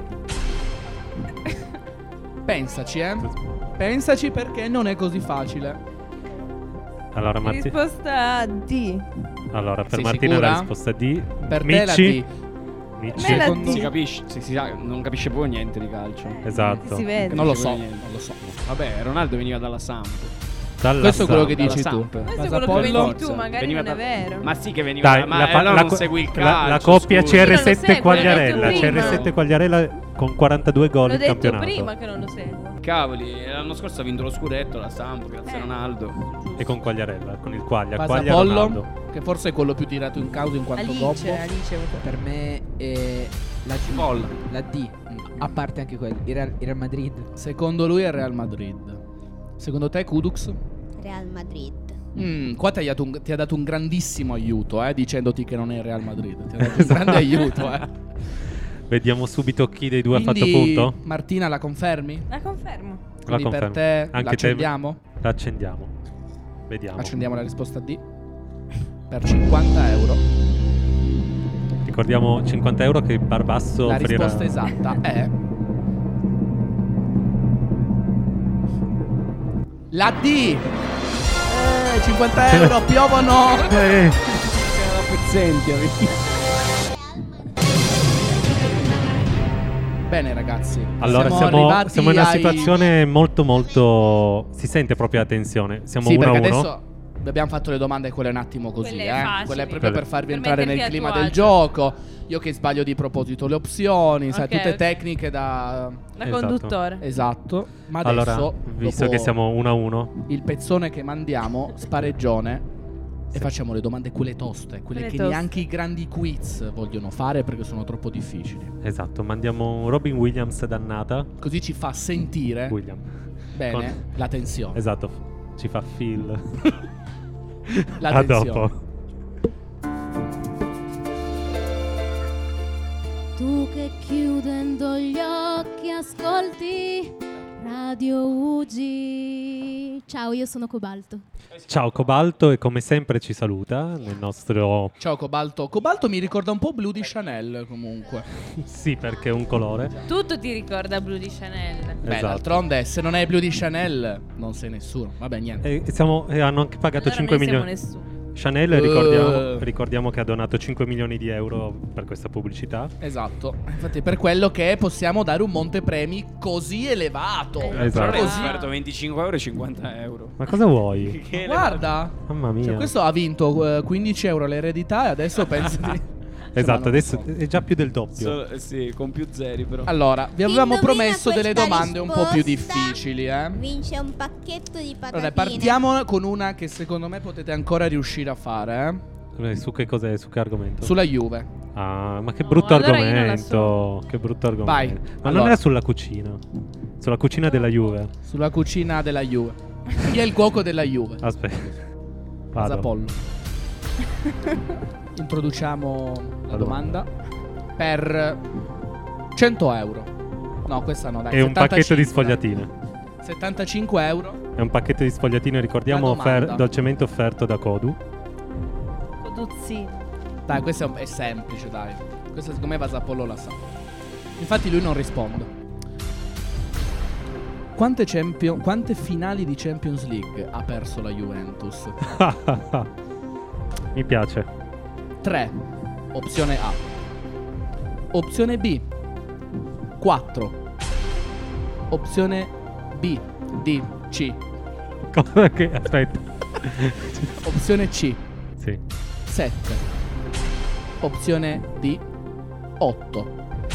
Speaker 2: Pensaci, Pensaci perché non è così facile.
Speaker 3: Allora,
Speaker 8: risposta D.
Speaker 3: Allora, per
Speaker 2: Sei
Speaker 3: Martina
Speaker 2: sicura?
Speaker 3: la risposta D.
Speaker 2: Per te la D.
Speaker 3: Mici.
Speaker 5: Si capisce, non capisce proprio niente di calcio.
Speaker 3: Esatto.
Speaker 8: Si vede.
Speaker 2: Non lo so.
Speaker 5: Vabbè, Ronaldo veniva dalla Samp.
Speaker 2: Questo è quello che dici tu.
Speaker 8: Questo è quello che vedi tu, magari non è vero.
Speaker 5: Ma sì che veniva
Speaker 3: Dai,
Speaker 5: ma allora non segui il calcio.
Speaker 3: La coppia
Speaker 5: scusa.
Speaker 3: CR7 Quagliarella.
Speaker 8: Io non lo
Speaker 3: CR7 Quagliarella con 42 gol
Speaker 8: L'ho
Speaker 3: in
Speaker 8: detto
Speaker 3: campionato.
Speaker 8: prima che non lo seguo.
Speaker 5: Cavoli, l'anno scorso ha vinto lo scudetto la Samp, grazie a Ronaldo.
Speaker 3: E con Quagliarella, con il Quaglia. Quaglia
Speaker 2: Pasapollo,
Speaker 3: Ronaldo.
Speaker 2: che forse è quello più tirato in causa in quanto gobbo.
Speaker 8: Alice.
Speaker 4: Per me è la D. La D. A parte anche quello. Il Real Madrid.
Speaker 2: Secondo lui è Real Madrid. Secondo te, Kudux?
Speaker 6: Real Madrid.
Speaker 2: Qua ti ha dato un grandissimo aiuto, dicendoti che non è Real Madrid. Ti ha dato un grande aiuto,
Speaker 3: Vediamo subito chi dei due
Speaker 2: Quindi,
Speaker 3: ha fatto punto.
Speaker 2: Martina, la confermi?
Speaker 8: La confermo.
Speaker 2: Quindi per te
Speaker 3: Anche
Speaker 2: l'accendiamo?
Speaker 3: La accendiamo. Vediamo.
Speaker 2: Accendiamo la risposta D. Per 50 euro.
Speaker 3: Ricordiamo 50 euro che Barbasso
Speaker 2: La
Speaker 3: offrirà.
Speaker 2: risposta esatta è la D. 50 euro piovono.
Speaker 5: Siamo pezzenti,
Speaker 2: Bene ragazzi.
Speaker 3: Allora
Speaker 2: arrivati
Speaker 3: siamo in una
Speaker 2: ai-
Speaker 3: situazione molto si sente proprio la tensione. Siamo
Speaker 2: Sì,
Speaker 3: 1-1.
Speaker 2: perché adesso abbiamo fatto le domande quelle un attimo così,
Speaker 8: Quelle facili.
Speaker 2: Quelle proprio per farvi
Speaker 8: Per
Speaker 2: entrare nel
Speaker 8: metterti a
Speaker 2: clima
Speaker 8: tuo
Speaker 2: del
Speaker 8: agio.
Speaker 2: gioco. Io che sbaglio di proposito le opzioni, sai,
Speaker 8: Ok,
Speaker 2: tutte
Speaker 8: ok.
Speaker 2: tecniche da
Speaker 3: Esatto.
Speaker 8: conduttore.
Speaker 2: Esatto. Ma
Speaker 3: Allora,
Speaker 2: adesso
Speaker 3: visto
Speaker 2: dopo
Speaker 3: che siamo 1-1,
Speaker 2: il pezzone che mandiamo, spareggione. E facciamo le domande quelle toste, quelle che
Speaker 8: toste.
Speaker 2: neanche i grandi quiz vogliono fare perché sono troppo difficili.
Speaker 3: esatto, mandiamo un Robin Williams dannata.
Speaker 2: Così ci fa sentire
Speaker 3: William.
Speaker 2: bene
Speaker 3: Con-
Speaker 2: la tensione.
Speaker 3: Esatto, ci fa feel.
Speaker 2: La
Speaker 3: A
Speaker 2: tensione.
Speaker 3: dopo.
Speaker 11: Tu che chiudendo gli occhi ascolti Radio Ugi. Ciao, io sono Cobalto.
Speaker 3: Ciao Cobalto e come sempre ci saluta nel nostro...
Speaker 2: Ciao Cobalto. Cobalto mi ricorda un po' blu di Chanel comunque.
Speaker 3: Sì, perché è un colore.
Speaker 8: Tutto ti ricorda blu di Chanel.
Speaker 2: Beh,
Speaker 3: Esatto.
Speaker 2: d'altronde se non è blu di Chanel non sei nessuno. Vabbè, niente.
Speaker 3: E hanno anche pagato
Speaker 8: Allora
Speaker 3: 5
Speaker 8: noi siamo
Speaker 3: milioni.
Speaker 8: nessuno.
Speaker 3: Chanel, ricordiamo che ha donato 5 milioni di euro per questa pubblicità.
Speaker 2: Esatto. Infatti per quello che possiamo dare un montepremi così elevato.
Speaker 3: Esatto.
Speaker 5: Però ho
Speaker 2: Così.
Speaker 5: offerto 25 euro e 50 euro.
Speaker 3: Ma cosa vuoi?
Speaker 5: Che
Speaker 2: Guarda.
Speaker 3: Mamma mia.
Speaker 2: Cioè, questo ha vinto 15 euro l'eredità e adesso pensa di...
Speaker 3: Esatto,
Speaker 2: non lo
Speaker 3: adesso è già più del doppio.
Speaker 5: sì, con più zeri però.
Speaker 2: Allora, vi avevamo
Speaker 6: Indovina
Speaker 2: promesso delle
Speaker 6: questa
Speaker 2: domande un po' più
Speaker 6: risposta?
Speaker 2: difficili,
Speaker 6: Vince un pacchetto di patatine.
Speaker 2: Allora, partiamo con una che secondo me potete ancora riuscire a fare,
Speaker 3: Su che cos'è? Su che argomento?
Speaker 2: Sulla Juve.
Speaker 3: Ah, ma che
Speaker 8: No,
Speaker 3: brutto
Speaker 8: allora io non la
Speaker 3: argomento. Che brutto argomento.
Speaker 2: Vai.
Speaker 3: Ma
Speaker 2: Allora.
Speaker 3: non era sulla cucina. Sulla cucina della Juve.
Speaker 2: Sulla cucina della Juve. Chi è il cuoco della Juve?
Speaker 3: Aspetta. Vado.
Speaker 2: Pasapollo. Introduciamo la
Speaker 3: La
Speaker 2: domanda. Per 100 euro. No, questa no, dai.
Speaker 3: È un pacchetto di
Speaker 2: 75,
Speaker 3: sfogliatine.
Speaker 2: dai. 75 euro.
Speaker 3: È un pacchetto di sfogliatine, ricordiamo,
Speaker 2: La domanda.
Speaker 3: dolcemente offerto da Kodu.
Speaker 8: Coduzzi.
Speaker 2: Dai, questo è semplice, dai. Questo secondo me Vasapollo la sa. Infatti lui non risponde. Quante finali di Champions League ha perso la Juventus?
Speaker 3: Mi piace.
Speaker 2: 3. Opzione A. Opzione B. 4. Opzione B. D. C.
Speaker 3: Cosa che... Aspetta.
Speaker 2: Opzione C.
Speaker 3: Sì.
Speaker 2: 7. Opzione D. 8.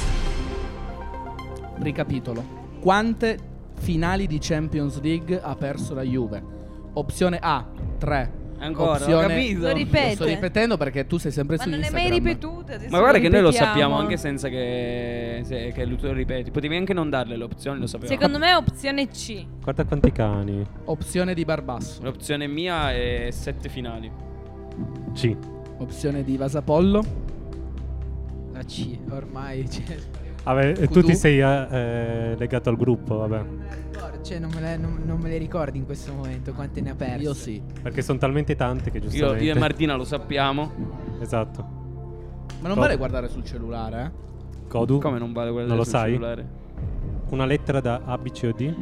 Speaker 2: Ricapitolo. Quante finali di Champions League ha perso la Juve? Opzione A 3.
Speaker 10: Ancora, ho
Speaker 2: Opzione-
Speaker 10: capito.
Speaker 8: Lo ripete.
Speaker 2: Sto ripetendo perché tu sei sempre
Speaker 8: Ma
Speaker 2: su
Speaker 8: non è
Speaker 2: Instagram.
Speaker 8: mai ripetuta. adesso
Speaker 10: Ma guarda
Speaker 8: lo
Speaker 10: che noi lo
Speaker 8: ripetiamo.
Speaker 10: sappiamo anche senza che tu lo ripeti. Potevi anche non darle le opzioni, lo sapevamo.
Speaker 8: Secondo me è opzione C.
Speaker 3: Guarda quanti cani.
Speaker 2: Opzione di Barbasso.
Speaker 10: L'opzione mia è 7 finali.
Speaker 3: C.
Speaker 2: Opzione di Vasapollo.
Speaker 4: La C, ormai.
Speaker 3: Vabbè, tu
Speaker 2: Kudu.
Speaker 3: ti sei legato al gruppo, vabbè.
Speaker 4: Cioè, non me le ricordi in questo momento quante ne ha perse.
Speaker 2: Io sì.
Speaker 3: Perché sono talmente tante che giustamente.
Speaker 10: Io e Martina lo sappiamo.
Speaker 3: Esatto.
Speaker 2: Ma non vale guardare sul cellulare,
Speaker 3: Kodu?
Speaker 10: Come non vale guardare
Speaker 3: Non lo
Speaker 10: sul
Speaker 3: sai?
Speaker 10: cellulare?
Speaker 3: Una lettera da A, B, C o D?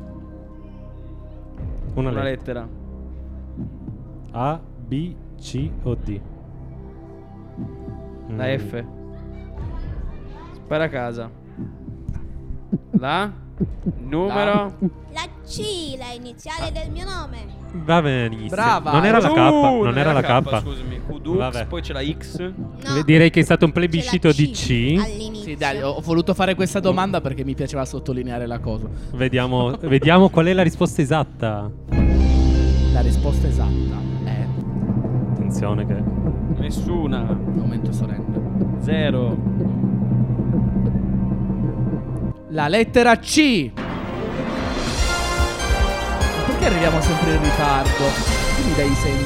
Speaker 10: Una lettera.
Speaker 3: A, B, C o D?
Speaker 10: La F. Spara a casa. La numero.
Speaker 6: La C, la iniziale del mio nome.
Speaker 3: Va benissimo.
Speaker 2: Brava.
Speaker 3: Non era la K. Non era la K.
Speaker 10: Scusami. Kudux,
Speaker 3: Vabbè.
Speaker 10: poi c'è la X.
Speaker 6: No,
Speaker 3: Direi che è stato un plebiscito
Speaker 6: c'è la
Speaker 3: di
Speaker 6: C
Speaker 3: C.
Speaker 6: all'inizio.
Speaker 2: Sì, dai, ho voluto fare questa domanda perché mi piaceva sottolineare la cosa.
Speaker 3: Vediamo qual è la risposta esatta.
Speaker 2: La risposta esatta è
Speaker 3: Attenzione che
Speaker 10: Nessuna.
Speaker 2: aumento solenne.
Speaker 10: 0.
Speaker 2: La lettera C. Ma perché arriviamo sempre in ritardo? Tu mi dai i segni.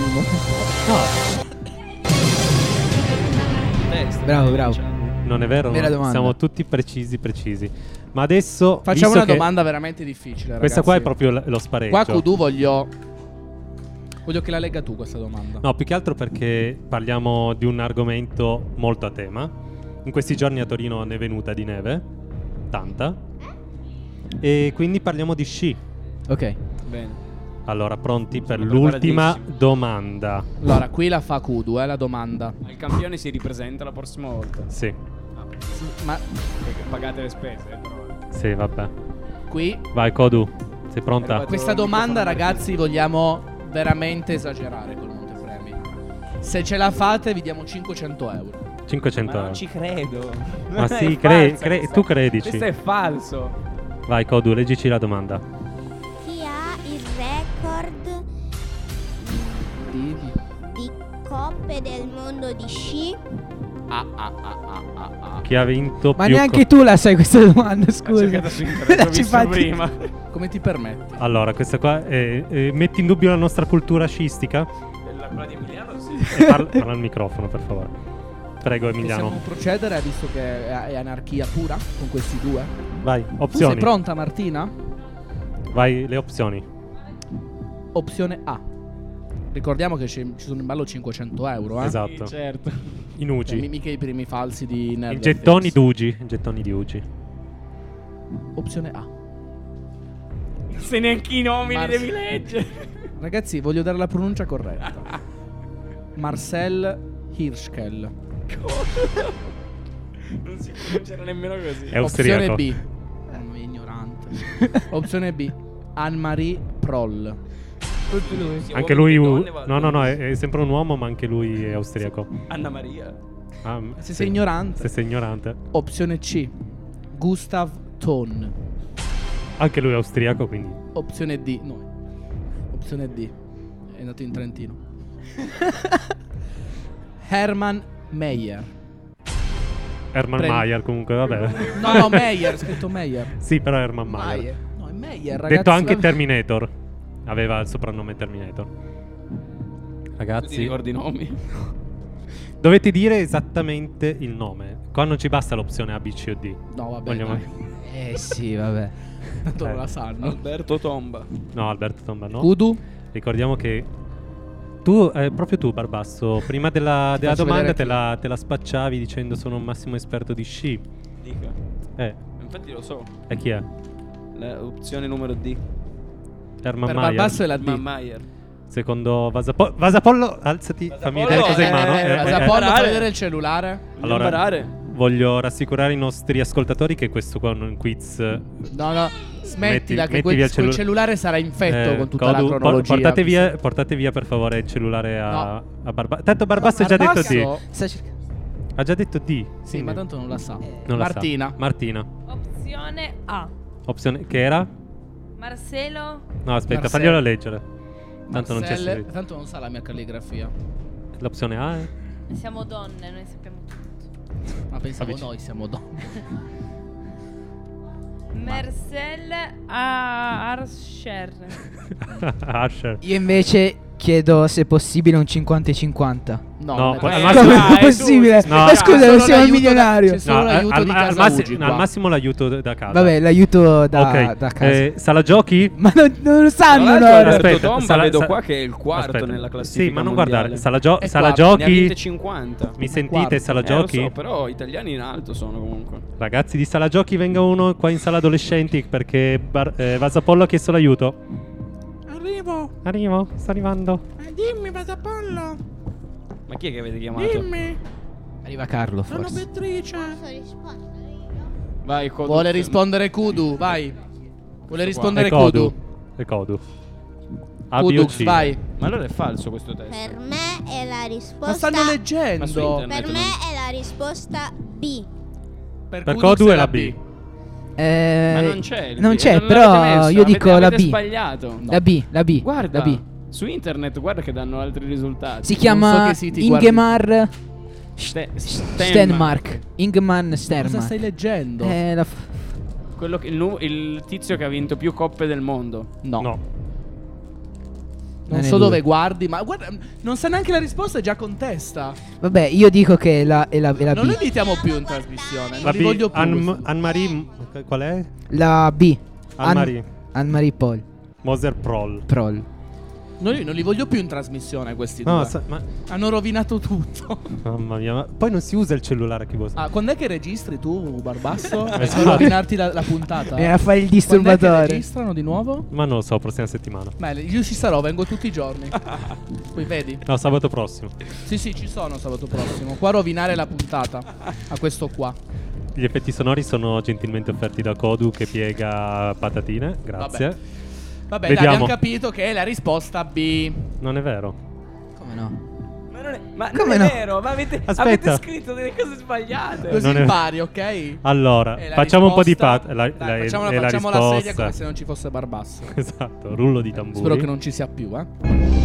Speaker 4: Bravo.
Speaker 3: non è vero.
Speaker 4: Vera
Speaker 3: no?
Speaker 4: domanda.
Speaker 3: Siamo tutti precisi. Ma adesso
Speaker 2: Facciamo
Speaker 3: visto
Speaker 2: una
Speaker 3: che
Speaker 2: domanda veramente difficile,
Speaker 3: questa
Speaker 2: ragazzi.
Speaker 3: qua è proprio lo spareggio.
Speaker 2: Qua Kudu voglio che la legga tu questa domanda.
Speaker 3: No, più che altro perché parliamo di un argomento molto a tema. In questi giorni a Torino ne è venuta di neve, tanta. E quindi parliamo di sci.
Speaker 4: Ok.
Speaker 10: Bene.
Speaker 3: Allora, pronti per
Speaker 10: Sono
Speaker 3: l'ultima
Speaker 10: preparatissimo.
Speaker 3: domanda?
Speaker 2: Allora, qui la fa Kudu, la domanda.
Speaker 10: Il campione si ripresenta la prossima volta.
Speaker 3: Sì,
Speaker 2: Ma
Speaker 10: Perché pagate le spese, però.
Speaker 3: sì, vabbè.
Speaker 2: qui
Speaker 3: Vai, Kodu, sei pronta?
Speaker 2: questa domanda, ragazzi, vogliamo veramente esagerare col montepremi. Se ce la fate, vi diamo 500 euro.
Speaker 3: 500
Speaker 10: Ma non
Speaker 3: euro.
Speaker 10: ci credo.
Speaker 3: Ma
Speaker 10: È
Speaker 3: sì,
Speaker 10: falsa questa.
Speaker 3: tu credici.
Speaker 10: Questo è falso.
Speaker 3: Vai, Kodu, leggici la domanda.
Speaker 6: Chi ha il record di coppe del mondo di sci?
Speaker 3: Chi ha vinto
Speaker 4: Ma
Speaker 3: più
Speaker 4: neanche tu la sai questa domanda, scusa.
Speaker 10: cercato su internet, l'ho
Speaker 4: Ci
Speaker 10: visto
Speaker 4: fatti-
Speaker 10: prima.
Speaker 2: Come ti permetti?
Speaker 3: Allora, questa qua metti in dubbio la nostra cultura sciistica?
Speaker 10: Quella di Emiliano sì.
Speaker 3: Parla al microfono, per favore. Prego, Emiliano.
Speaker 2: Possiamo procedere, visto che è anarchia pura con questi due?
Speaker 3: Vai,
Speaker 2: Tu sei
Speaker 3: opzioni.
Speaker 2: pronta, Martina?
Speaker 3: Vai, le opzioni.
Speaker 2: Opzione A. Ricordiamo che ci sono in ballo 500 euro, eh?
Speaker 3: Esatto.
Speaker 10: Certo.
Speaker 3: In
Speaker 2: Cioè,
Speaker 3: Ugi.
Speaker 2: mica i primi falsi di
Speaker 3: I
Speaker 2: Nerd
Speaker 3: gettoni
Speaker 2: FX.
Speaker 3: d'Ugi. Gettoni di Ugi.
Speaker 2: Opzione A.
Speaker 10: Se neanche i nomi li
Speaker 2: Mars-
Speaker 10: devi leggere.
Speaker 2: Ragazzi, voglio dare la pronuncia corretta. Marcel Hirschkel.
Speaker 10: Non si pronunciano nemmeno così.
Speaker 3: È
Speaker 2: Opzione
Speaker 3: austriaco.
Speaker 2: B. Ignorante. Opzione B. Anne-Marie Proll.
Speaker 10: Tutti lui.
Speaker 3: Anche lui. No, è sempre un uomo, ma anche lui è austriaco.
Speaker 10: Anna Maria.
Speaker 3: Ah,
Speaker 2: Se
Speaker 3: sì.
Speaker 2: sei ignorante.
Speaker 3: Se sei ignorante.
Speaker 2: Opzione C. Gustav Thon.
Speaker 3: Anche lui è austriaco, quindi.
Speaker 2: Opzione D. No. Opzione D. È nato in Trentino. Hermann Meyer.
Speaker 3: Hermann
Speaker 2: Prendi.
Speaker 3: Mayer, comunque, vabbè.
Speaker 2: No, Meyer, scritto Meyer.
Speaker 3: Sì, però è Hermann Mayer.
Speaker 2: No, è Meyer, ragazzi.
Speaker 3: Detto anche
Speaker 2: vabbè.
Speaker 3: Terminator. Aveva il soprannome Terminator.
Speaker 10: Tu ti
Speaker 3: Ragazzi,
Speaker 10: ricordi i nomi?
Speaker 3: dovete dire esattamente il nome. Qua non ci basta l'opzione A, B, C o D.
Speaker 2: No, vabbè.
Speaker 3: Vogliamo-
Speaker 2: dai.
Speaker 4: Sì, vabbè.
Speaker 2: Tanto non la sanno.
Speaker 10: Alberto Tomba.
Speaker 3: No, Alberto Tomba no.
Speaker 2: Kudu?
Speaker 3: Ricordiamo che tu, proprio tu, Barbasso, prima della
Speaker 2: faccio
Speaker 3: domanda
Speaker 2: vedere
Speaker 3: te la spacciavi dicendo sono un massimo esperto di sci.
Speaker 10: Dica. Infatti lo so.
Speaker 3: E chi è?
Speaker 10: L'opzione numero D.
Speaker 3: Hermann
Speaker 2: Per
Speaker 3: Mayer.
Speaker 2: Barbasso è la D.
Speaker 10: Ma Mayer.
Speaker 3: Secondo Vasapollo, alzati, fammi vedere cosa hai in mano.
Speaker 2: Vasapollo,
Speaker 10: Imparare.
Speaker 2: fai vedere il cellulare.
Speaker 3: Allora,
Speaker 10: Imparare.
Speaker 3: voglio rassicurare i nostri ascoltatori che questo qua è un quiz.
Speaker 2: No, smettila che
Speaker 3: metti via il
Speaker 2: quel cellulare sarà infetto con tutta
Speaker 3: Kodu,
Speaker 2: la cronologia.
Speaker 3: portate via per favore il cellulare a
Speaker 2: No.
Speaker 3: Barbasso. Tanto Barbasso ha già detto D.
Speaker 2: Barbasso-
Speaker 4: Sta cercando.
Speaker 3: Ha già detto D.
Speaker 2: Sì,
Speaker 3: quindi
Speaker 2: ma tanto non la sa.
Speaker 3: non la sa.
Speaker 2: Martina.
Speaker 3: Martina.
Speaker 8: Opzione A.
Speaker 3: Opzione che era?
Speaker 8: Marcelo.
Speaker 3: No, aspetta,
Speaker 2: Marcel.
Speaker 3: faglielo leggere. Tanto non c'è
Speaker 2: Marcelle,
Speaker 3: segreto.
Speaker 2: tanto non sa la mia calligrafia.
Speaker 3: L'opzione A è?
Speaker 8: Siamo donne, noi sappiamo tutto.
Speaker 2: Ma pensavo
Speaker 3: Avvic-
Speaker 2: noi siamo donne.
Speaker 8: Marcel Arscher.
Speaker 3: Asher.
Speaker 4: Io invece chiedo se è possibile un 50-50.
Speaker 2: No,
Speaker 3: No,
Speaker 2: non è
Speaker 3: al
Speaker 2: possibile.
Speaker 3: massimo-
Speaker 4: Come è possibile?
Speaker 3: No,
Speaker 4: Ma scusa,
Speaker 2: solo
Speaker 4: non siamo il
Speaker 2: l'aiuto da-
Speaker 4: milionario.
Speaker 2: c'è solo l'aiuto di casa Ugi qua.
Speaker 3: al massimo l'aiuto da casa.
Speaker 4: Vabbè, l'aiuto da,
Speaker 3: Ok,
Speaker 4: da casa.
Speaker 3: sala giochi?
Speaker 4: Ma non lo sanno
Speaker 12: Tra l'altro,
Speaker 4: loro.
Speaker 12: Alberto
Speaker 3: Aspetta,
Speaker 12: Tomba
Speaker 3: sala-
Speaker 12: vedo
Speaker 3: sa-
Speaker 12: qua che è il quarto
Speaker 3: Aspetta.
Speaker 12: nella classifica
Speaker 3: Sì, ma non
Speaker 12: mondiale.
Speaker 3: guardare. Sala
Speaker 2: È
Speaker 3: sala
Speaker 2: quarto,
Speaker 12: Ne ha
Speaker 3: giochi.
Speaker 12: vinte 50.
Speaker 3: Mi sentite,
Speaker 2: quarto.
Speaker 3: sala
Speaker 12: Lo
Speaker 3: giochi?
Speaker 12: so, però italiani in alto sono comunque.
Speaker 3: Ragazzi di sala giochi, venga uno qua in sala adolescenti perché Vasapollo ha chiesto l'aiuto. Arrivo, sto arrivando.
Speaker 1: Dimmi, Vasapollo.
Speaker 12: Ma chi è che avete chiamato?
Speaker 1: Dimmi.
Speaker 4: Arriva Carlo,
Speaker 1: Sono
Speaker 4: forse.
Speaker 1: Beatrice.
Speaker 6: Posso rispondere io?
Speaker 12: Vai, Kodu.
Speaker 2: Vuole rispondere Kudu, vai. Vuole rispondere
Speaker 3: È Kodu.
Speaker 2: Kudu.
Speaker 3: È Kodu. A, B o
Speaker 2: Kudux,
Speaker 3: C?
Speaker 2: vai.
Speaker 12: Ma allora è falso questo testo.
Speaker 6: Per me è la risposta.
Speaker 2: Ma stanno
Speaker 12: Ma su
Speaker 2: leggendo.
Speaker 12: internet
Speaker 6: Per me è la risposta B.
Speaker 3: Per
Speaker 2: Kudux
Speaker 3: Kodu è la B.
Speaker 12: Ma non c'è il
Speaker 4: Non
Speaker 12: B.
Speaker 4: c'è,
Speaker 12: Non
Speaker 4: però
Speaker 12: l'avete messo,
Speaker 4: io dico la
Speaker 12: avete
Speaker 4: B.
Speaker 12: sbagliato.
Speaker 4: La B, la B.
Speaker 12: Guarda,
Speaker 4: La B.
Speaker 12: su internet guarda che danno altri risultati.
Speaker 4: Si chiama
Speaker 2: che siti
Speaker 4: Ingemar
Speaker 12: Stenmark.
Speaker 4: Stenmark. Ingman
Speaker 2: Cosa
Speaker 4: Stenmark.
Speaker 2: stai leggendo?
Speaker 12: Quello che, il tizio che ha vinto più coppe del mondo.
Speaker 2: No.
Speaker 3: No.
Speaker 2: Non
Speaker 4: Non è
Speaker 2: so
Speaker 4: lui.
Speaker 2: dove guardi, ma guarda, non sa neanche la risposta, è già contesta.
Speaker 4: Vabbè, io dico che è la
Speaker 2: Non lo
Speaker 4: B.
Speaker 2: invitiamo più in trasmissione.
Speaker 3: La
Speaker 2: Non li
Speaker 3: B.
Speaker 2: voglio più.
Speaker 3: Anne-Marie. Qual è?
Speaker 4: La B.
Speaker 3: Anne-Marie.
Speaker 4: Anne-Marie Paul.
Speaker 3: Moser Prol.
Speaker 4: Prol.
Speaker 2: Non li voglio più in trasmissione questi
Speaker 3: No,
Speaker 2: due.
Speaker 3: ma
Speaker 2: Hanno rovinato tutto.
Speaker 3: mamma mia, ma poi non si usa il cellulare a chi vuole.
Speaker 2: Ah, quando è che registri tu, Barbasso? Per
Speaker 3: Esatto.
Speaker 2: rovinarti la puntata?
Speaker 4: Viene a fare il
Speaker 2: Quando è che
Speaker 4: disturbatore.
Speaker 2: registrano di nuovo?
Speaker 3: Ma non lo so, prossima settimana.
Speaker 2: Beh, io ci sarò, vengo tutti i giorni. Poi vedi?
Speaker 3: No, sabato prossimo.
Speaker 2: Sì, ci sono sabato prossimo. Qua a rovinare la puntata. A questo qua.
Speaker 3: Gli effetti sonori sono gentilmente offerti da Kodu che piega patatine. Grazie.
Speaker 2: Vabbè,
Speaker 3: Vediamo.
Speaker 2: dai, abbiamo capito che è la risposta B.
Speaker 3: Non è vero.
Speaker 4: Come no?
Speaker 12: Ma
Speaker 4: Come
Speaker 12: non
Speaker 4: no?
Speaker 12: è vero, ma avete
Speaker 3: Aspetta.
Speaker 12: scritto delle cose sbagliate.
Speaker 2: Così
Speaker 3: Non è-
Speaker 2: impari, ok?
Speaker 3: Allora,
Speaker 2: È la
Speaker 3: facciamo un po' di
Speaker 2: risposta-
Speaker 3: pat.
Speaker 2: Dai, facciamo
Speaker 3: è la
Speaker 2: facciamo la
Speaker 3: risposta.
Speaker 2: sedia come se non ci fosse Barbasso.
Speaker 3: Esatto, rullo di tamburi.
Speaker 2: Spero che non ci sia più, eh.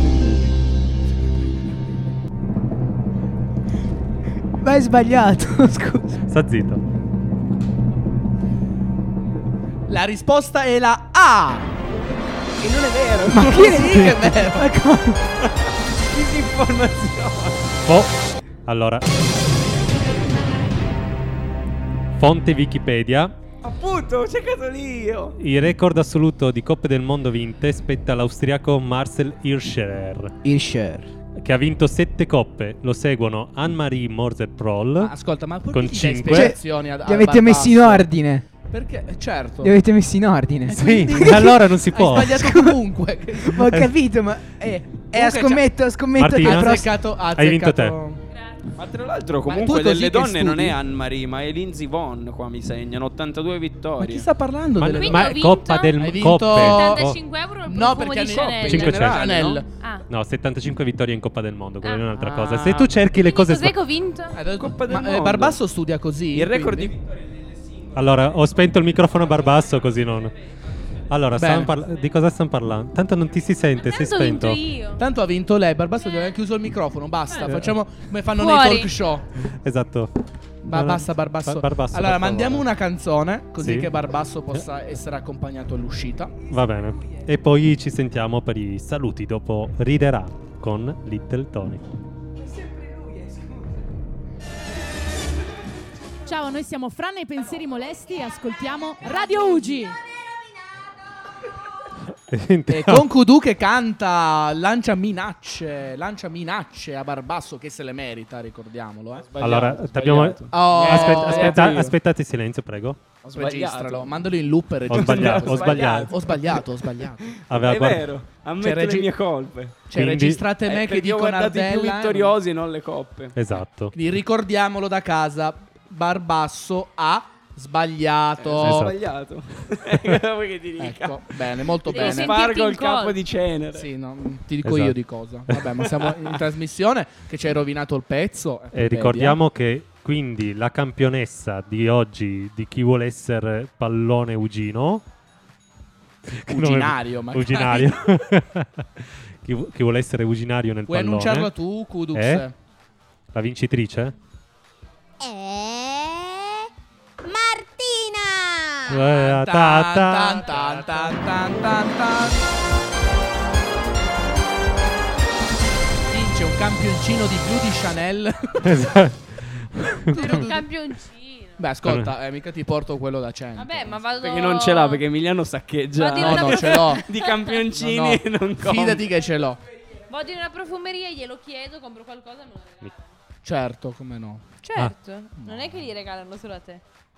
Speaker 4: Ma è sbagliato, scusa.
Speaker 3: Sta zitto.
Speaker 2: La risposta è la A.
Speaker 12: E non è vero.
Speaker 4: Ma che
Speaker 2: Sì, che è vero.
Speaker 4: Ma come?
Speaker 12: Disinformazione.
Speaker 3: Allora. Fonte Wikipedia.
Speaker 12: Appunto, ho cercato lì io.
Speaker 3: Il record assoluto di Coppe del Mondo vinte spetta all'austriaco Marcel Hirscher,
Speaker 4: Hirscher.
Speaker 3: che ha vinto 7 coppe. Lo seguono Anne-Marie Moser-Prol
Speaker 2: Ascolta, ma perché
Speaker 3: con
Speaker 2: ti dai
Speaker 3: 5.
Speaker 2: spiegazioni
Speaker 4: Li avete messi in ordine.
Speaker 2: Perché? Certo.
Speaker 4: Li avete messi in ordine.
Speaker 3: Sì, allora non si può.
Speaker 2: Hai sbagliato comunque.
Speaker 4: Ma ho capito, ma scommetto
Speaker 3: Martina?
Speaker 4: che
Speaker 2: Ha
Speaker 4: il
Speaker 2: azzeccato,
Speaker 3: Hai vinto te.
Speaker 12: Ma tra l'altro
Speaker 2: tu
Speaker 12: comunque
Speaker 2: è così
Speaker 12: delle
Speaker 2: che
Speaker 12: donne non
Speaker 2: studi?
Speaker 12: è Anne-Marie, ma è Lindsey Vonn qua mi segnano 82
Speaker 2: Ma
Speaker 12: vittorie.
Speaker 2: chi sta parlando
Speaker 3: Ma,
Speaker 2: delle
Speaker 8: Quindi
Speaker 3: ma
Speaker 8: ho vinto?
Speaker 3: Coppa del
Speaker 2: Hai vinto-
Speaker 3: Coppe.
Speaker 8: 75 euro il
Speaker 2: No,
Speaker 8: profumo
Speaker 2: perché
Speaker 8: di
Speaker 2: ne-
Speaker 8: Chanel.
Speaker 3: 500.
Speaker 2: Chanel.
Speaker 8: Ah.
Speaker 3: No, 75 vittorie in Coppa del Mondo, quella è un'altra
Speaker 2: Ah.
Speaker 3: cosa. Se tu cerchi le cose
Speaker 8: Cos'è che ho vinto?
Speaker 2: Coppa
Speaker 12: del Mondo.
Speaker 2: Barbasso studia così.
Speaker 12: Il record
Speaker 2: quindi?
Speaker 3: Allora, ho spento il microfono a Barbasso così non. Allora,
Speaker 2: Bene.
Speaker 3: di cosa stiamo parlando? Tanto non ti si sente, sei
Speaker 8: Tanto ho vinto
Speaker 3: spento.
Speaker 8: io.
Speaker 2: Tanto ha vinto lei. Barbasso deve aver chiuso il microfono. Basta. Facciamo come fanno
Speaker 8: Fuori.
Speaker 2: nei talk show.
Speaker 3: Esatto.
Speaker 2: Basta, Barbasso.
Speaker 3: Barbasso,
Speaker 2: Allora,
Speaker 3: per
Speaker 2: mandiamo
Speaker 3: favore.
Speaker 2: una canzone così
Speaker 3: Sì.
Speaker 2: che Barbasso possa essere accompagnato all'uscita.
Speaker 3: Va bene. E poi ci sentiamo per i saluti dopo Riderà con Little Tony.
Speaker 7: Ciao, noi siamo Fran e i pensieri molesti e ascoltiamo Radio Ugi.
Speaker 2: E con Kudu che canta lancia minacce a Barbasso che se le merita, ricordiamolo.
Speaker 3: Allora,
Speaker 12: sbagliato.
Speaker 2: Oh,
Speaker 3: aspettate silenzio, prego.
Speaker 2: registralo, mandalo in loop e
Speaker 3: Ho
Speaker 2: registralo.
Speaker 3: sbagliato.
Speaker 2: Ho sbagliato.
Speaker 3: Aveva
Speaker 12: È
Speaker 3: guard-
Speaker 12: vero, ammetto le
Speaker 2: regi-
Speaker 12: mie colpe.
Speaker 2: Cioè,
Speaker 3: Quindi-
Speaker 2: registrate me che
Speaker 12: perché
Speaker 2: dico
Speaker 12: ho guardato i più
Speaker 2: Nardella.
Speaker 12: vittoriosi, non le coppe.
Speaker 3: Esatto.
Speaker 2: Quindi ricordiamolo da casa. Barbasso ha sbagliato.
Speaker 12: Ho
Speaker 3: Esatto.
Speaker 12: sbagliato. Vuoi che ti dica?
Speaker 2: Ecco, bene, molto
Speaker 8: Devi
Speaker 2: bene.
Speaker 8: sentirti
Speaker 12: Spargo il
Speaker 8: in colpa.
Speaker 12: capo di cenere.
Speaker 2: Sì, no, ti dico
Speaker 3: Esatto.
Speaker 2: io di cosa. Vabbè, ma siamo in trasmissione che ci hai rovinato il pezzo.
Speaker 3: E ricordiamo che quindi la campionessa di oggi di chi vuole essere pallone Ugino
Speaker 2: Uginario, magari.
Speaker 3: Uginario. chi vuole essere uginario nel
Speaker 2: Puoi
Speaker 3: pallone?
Speaker 2: annunciarla tu, Kudux?
Speaker 3: La vincitrice?
Speaker 6: È Martina!
Speaker 2: Vince un campioncino di blu di Chanel.
Speaker 8: Per un campioncino.
Speaker 2: Beh, ascolta, mica ti porto quello da 100.
Speaker 8: Vabbè, ma vado.
Speaker 10: Perché non ce l'ha, perché Emiliano saccheggia.
Speaker 2: No, ce l'ho.
Speaker 10: Di campioncini
Speaker 2: No.
Speaker 10: non compra.
Speaker 2: Fidati che ce l'ho.
Speaker 8: Vado in una profumeria, glielo chiedo, compro qualcosa e me lo regalo.
Speaker 2: Certo, come no.
Speaker 8: Certo, non è che li regalano solo a te.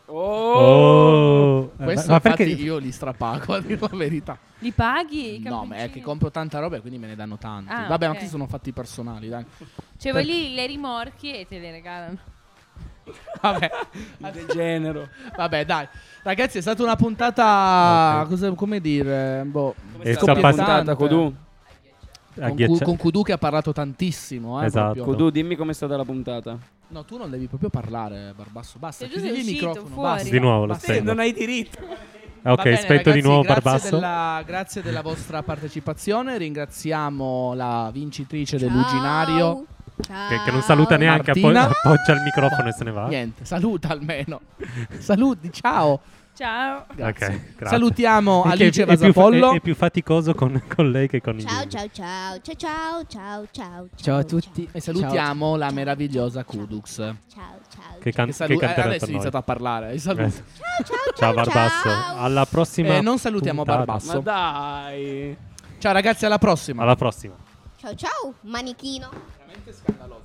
Speaker 2: Questo
Speaker 3: ma
Speaker 2: infatti
Speaker 3: perché-
Speaker 2: io li strapago, a dire la verità.
Speaker 8: Li paghi? i
Speaker 2: No, ma è che
Speaker 8: campioncini?
Speaker 2: compro tanta roba e quindi me ne danno tanti.
Speaker 8: Ah,
Speaker 2: Vabbè, ma
Speaker 8: ok.
Speaker 2: questi sono fatti personali, dai.
Speaker 8: Cioè, vai lì, le rimorchi e te le regalano.
Speaker 2: Vabbè,
Speaker 10: degenero.
Speaker 2: Vabbè, dai. Ragazzi, è stata una puntata.
Speaker 3: Ok.
Speaker 2: Come dire? Boh.
Speaker 3: È
Speaker 10: stata
Speaker 2: scoppiettante.
Speaker 10: puntata, Kudu?
Speaker 2: Con Kudu che ha parlato tantissimo.
Speaker 3: Esatto.
Speaker 2: proprio.
Speaker 10: Kudu, dimmi com'è stata la puntata.
Speaker 2: No, tu non devi proprio parlare, Barbasso. Basta,
Speaker 8: Sei giusto
Speaker 2: chiudi il
Speaker 8: uscito
Speaker 2: microfono.
Speaker 8: fuori.
Speaker 2: Basta.
Speaker 3: Di nuovo lo
Speaker 2: Basta.
Speaker 3: stendo.
Speaker 10: Non hai diritto.
Speaker 3: Ok,
Speaker 2: Va bene,
Speaker 3: aspetto di
Speaker 2: ragazzi,
Speaker 3: nuovo
Speaker 2: grazie
Speaker 3: Barbasso.
Speaker 2: Grazie della vostra partecipazione. Ringraziamo la vincitrice dell'Uginario.
Speaker 3: Che non saluta neanche,
Speaker 2: Martina.
Speaker 3: appoggia il microfono e se ne va.
Speaker 2: Niente, saluta almeno. Saluti, ciao.
Speaker 8: Ciao.
Speaker 2: Grazie.
Speaker 3: Ok, grazie.
Speaker 2: Salutiamo
Speaker 3: Perché
Speaker 2: Alice
Speaker 3: è più
Speaker 2: Vasapollo.
Speaker 3: è più faticoso con lei che con
Speaker 6: Ciao
Speaker 3: il
Speaker 6: ciao ciao ciao ciao ciao ciao
Speaker 4: Ciao a tutti.
Speaker 2: E salutiamo la meravigliosa Kudux.
Speaker 6: ciao ciao.
Speaker 3: che canterà
Speaker 2: Adesso
Speaker 3: per
Speaker 2: è
Speaker 3: noi.
Speaker 2: iniziato a parlare. Saluto.
Speaker 3: Ciao Barbasso. Alla prossima.
Speaker 2: Non salutiamo
Speaker 3: puntata.
Speaker 2: Barbasso.
Speaker 10: Ma dai.
Speaker 2: Ciao ragazzi, alla prossima.
Speaker 3: Alla prossima.
Speaker 6: Ciao ciao, manichino.
Speaker 2: Veramente scandaloso.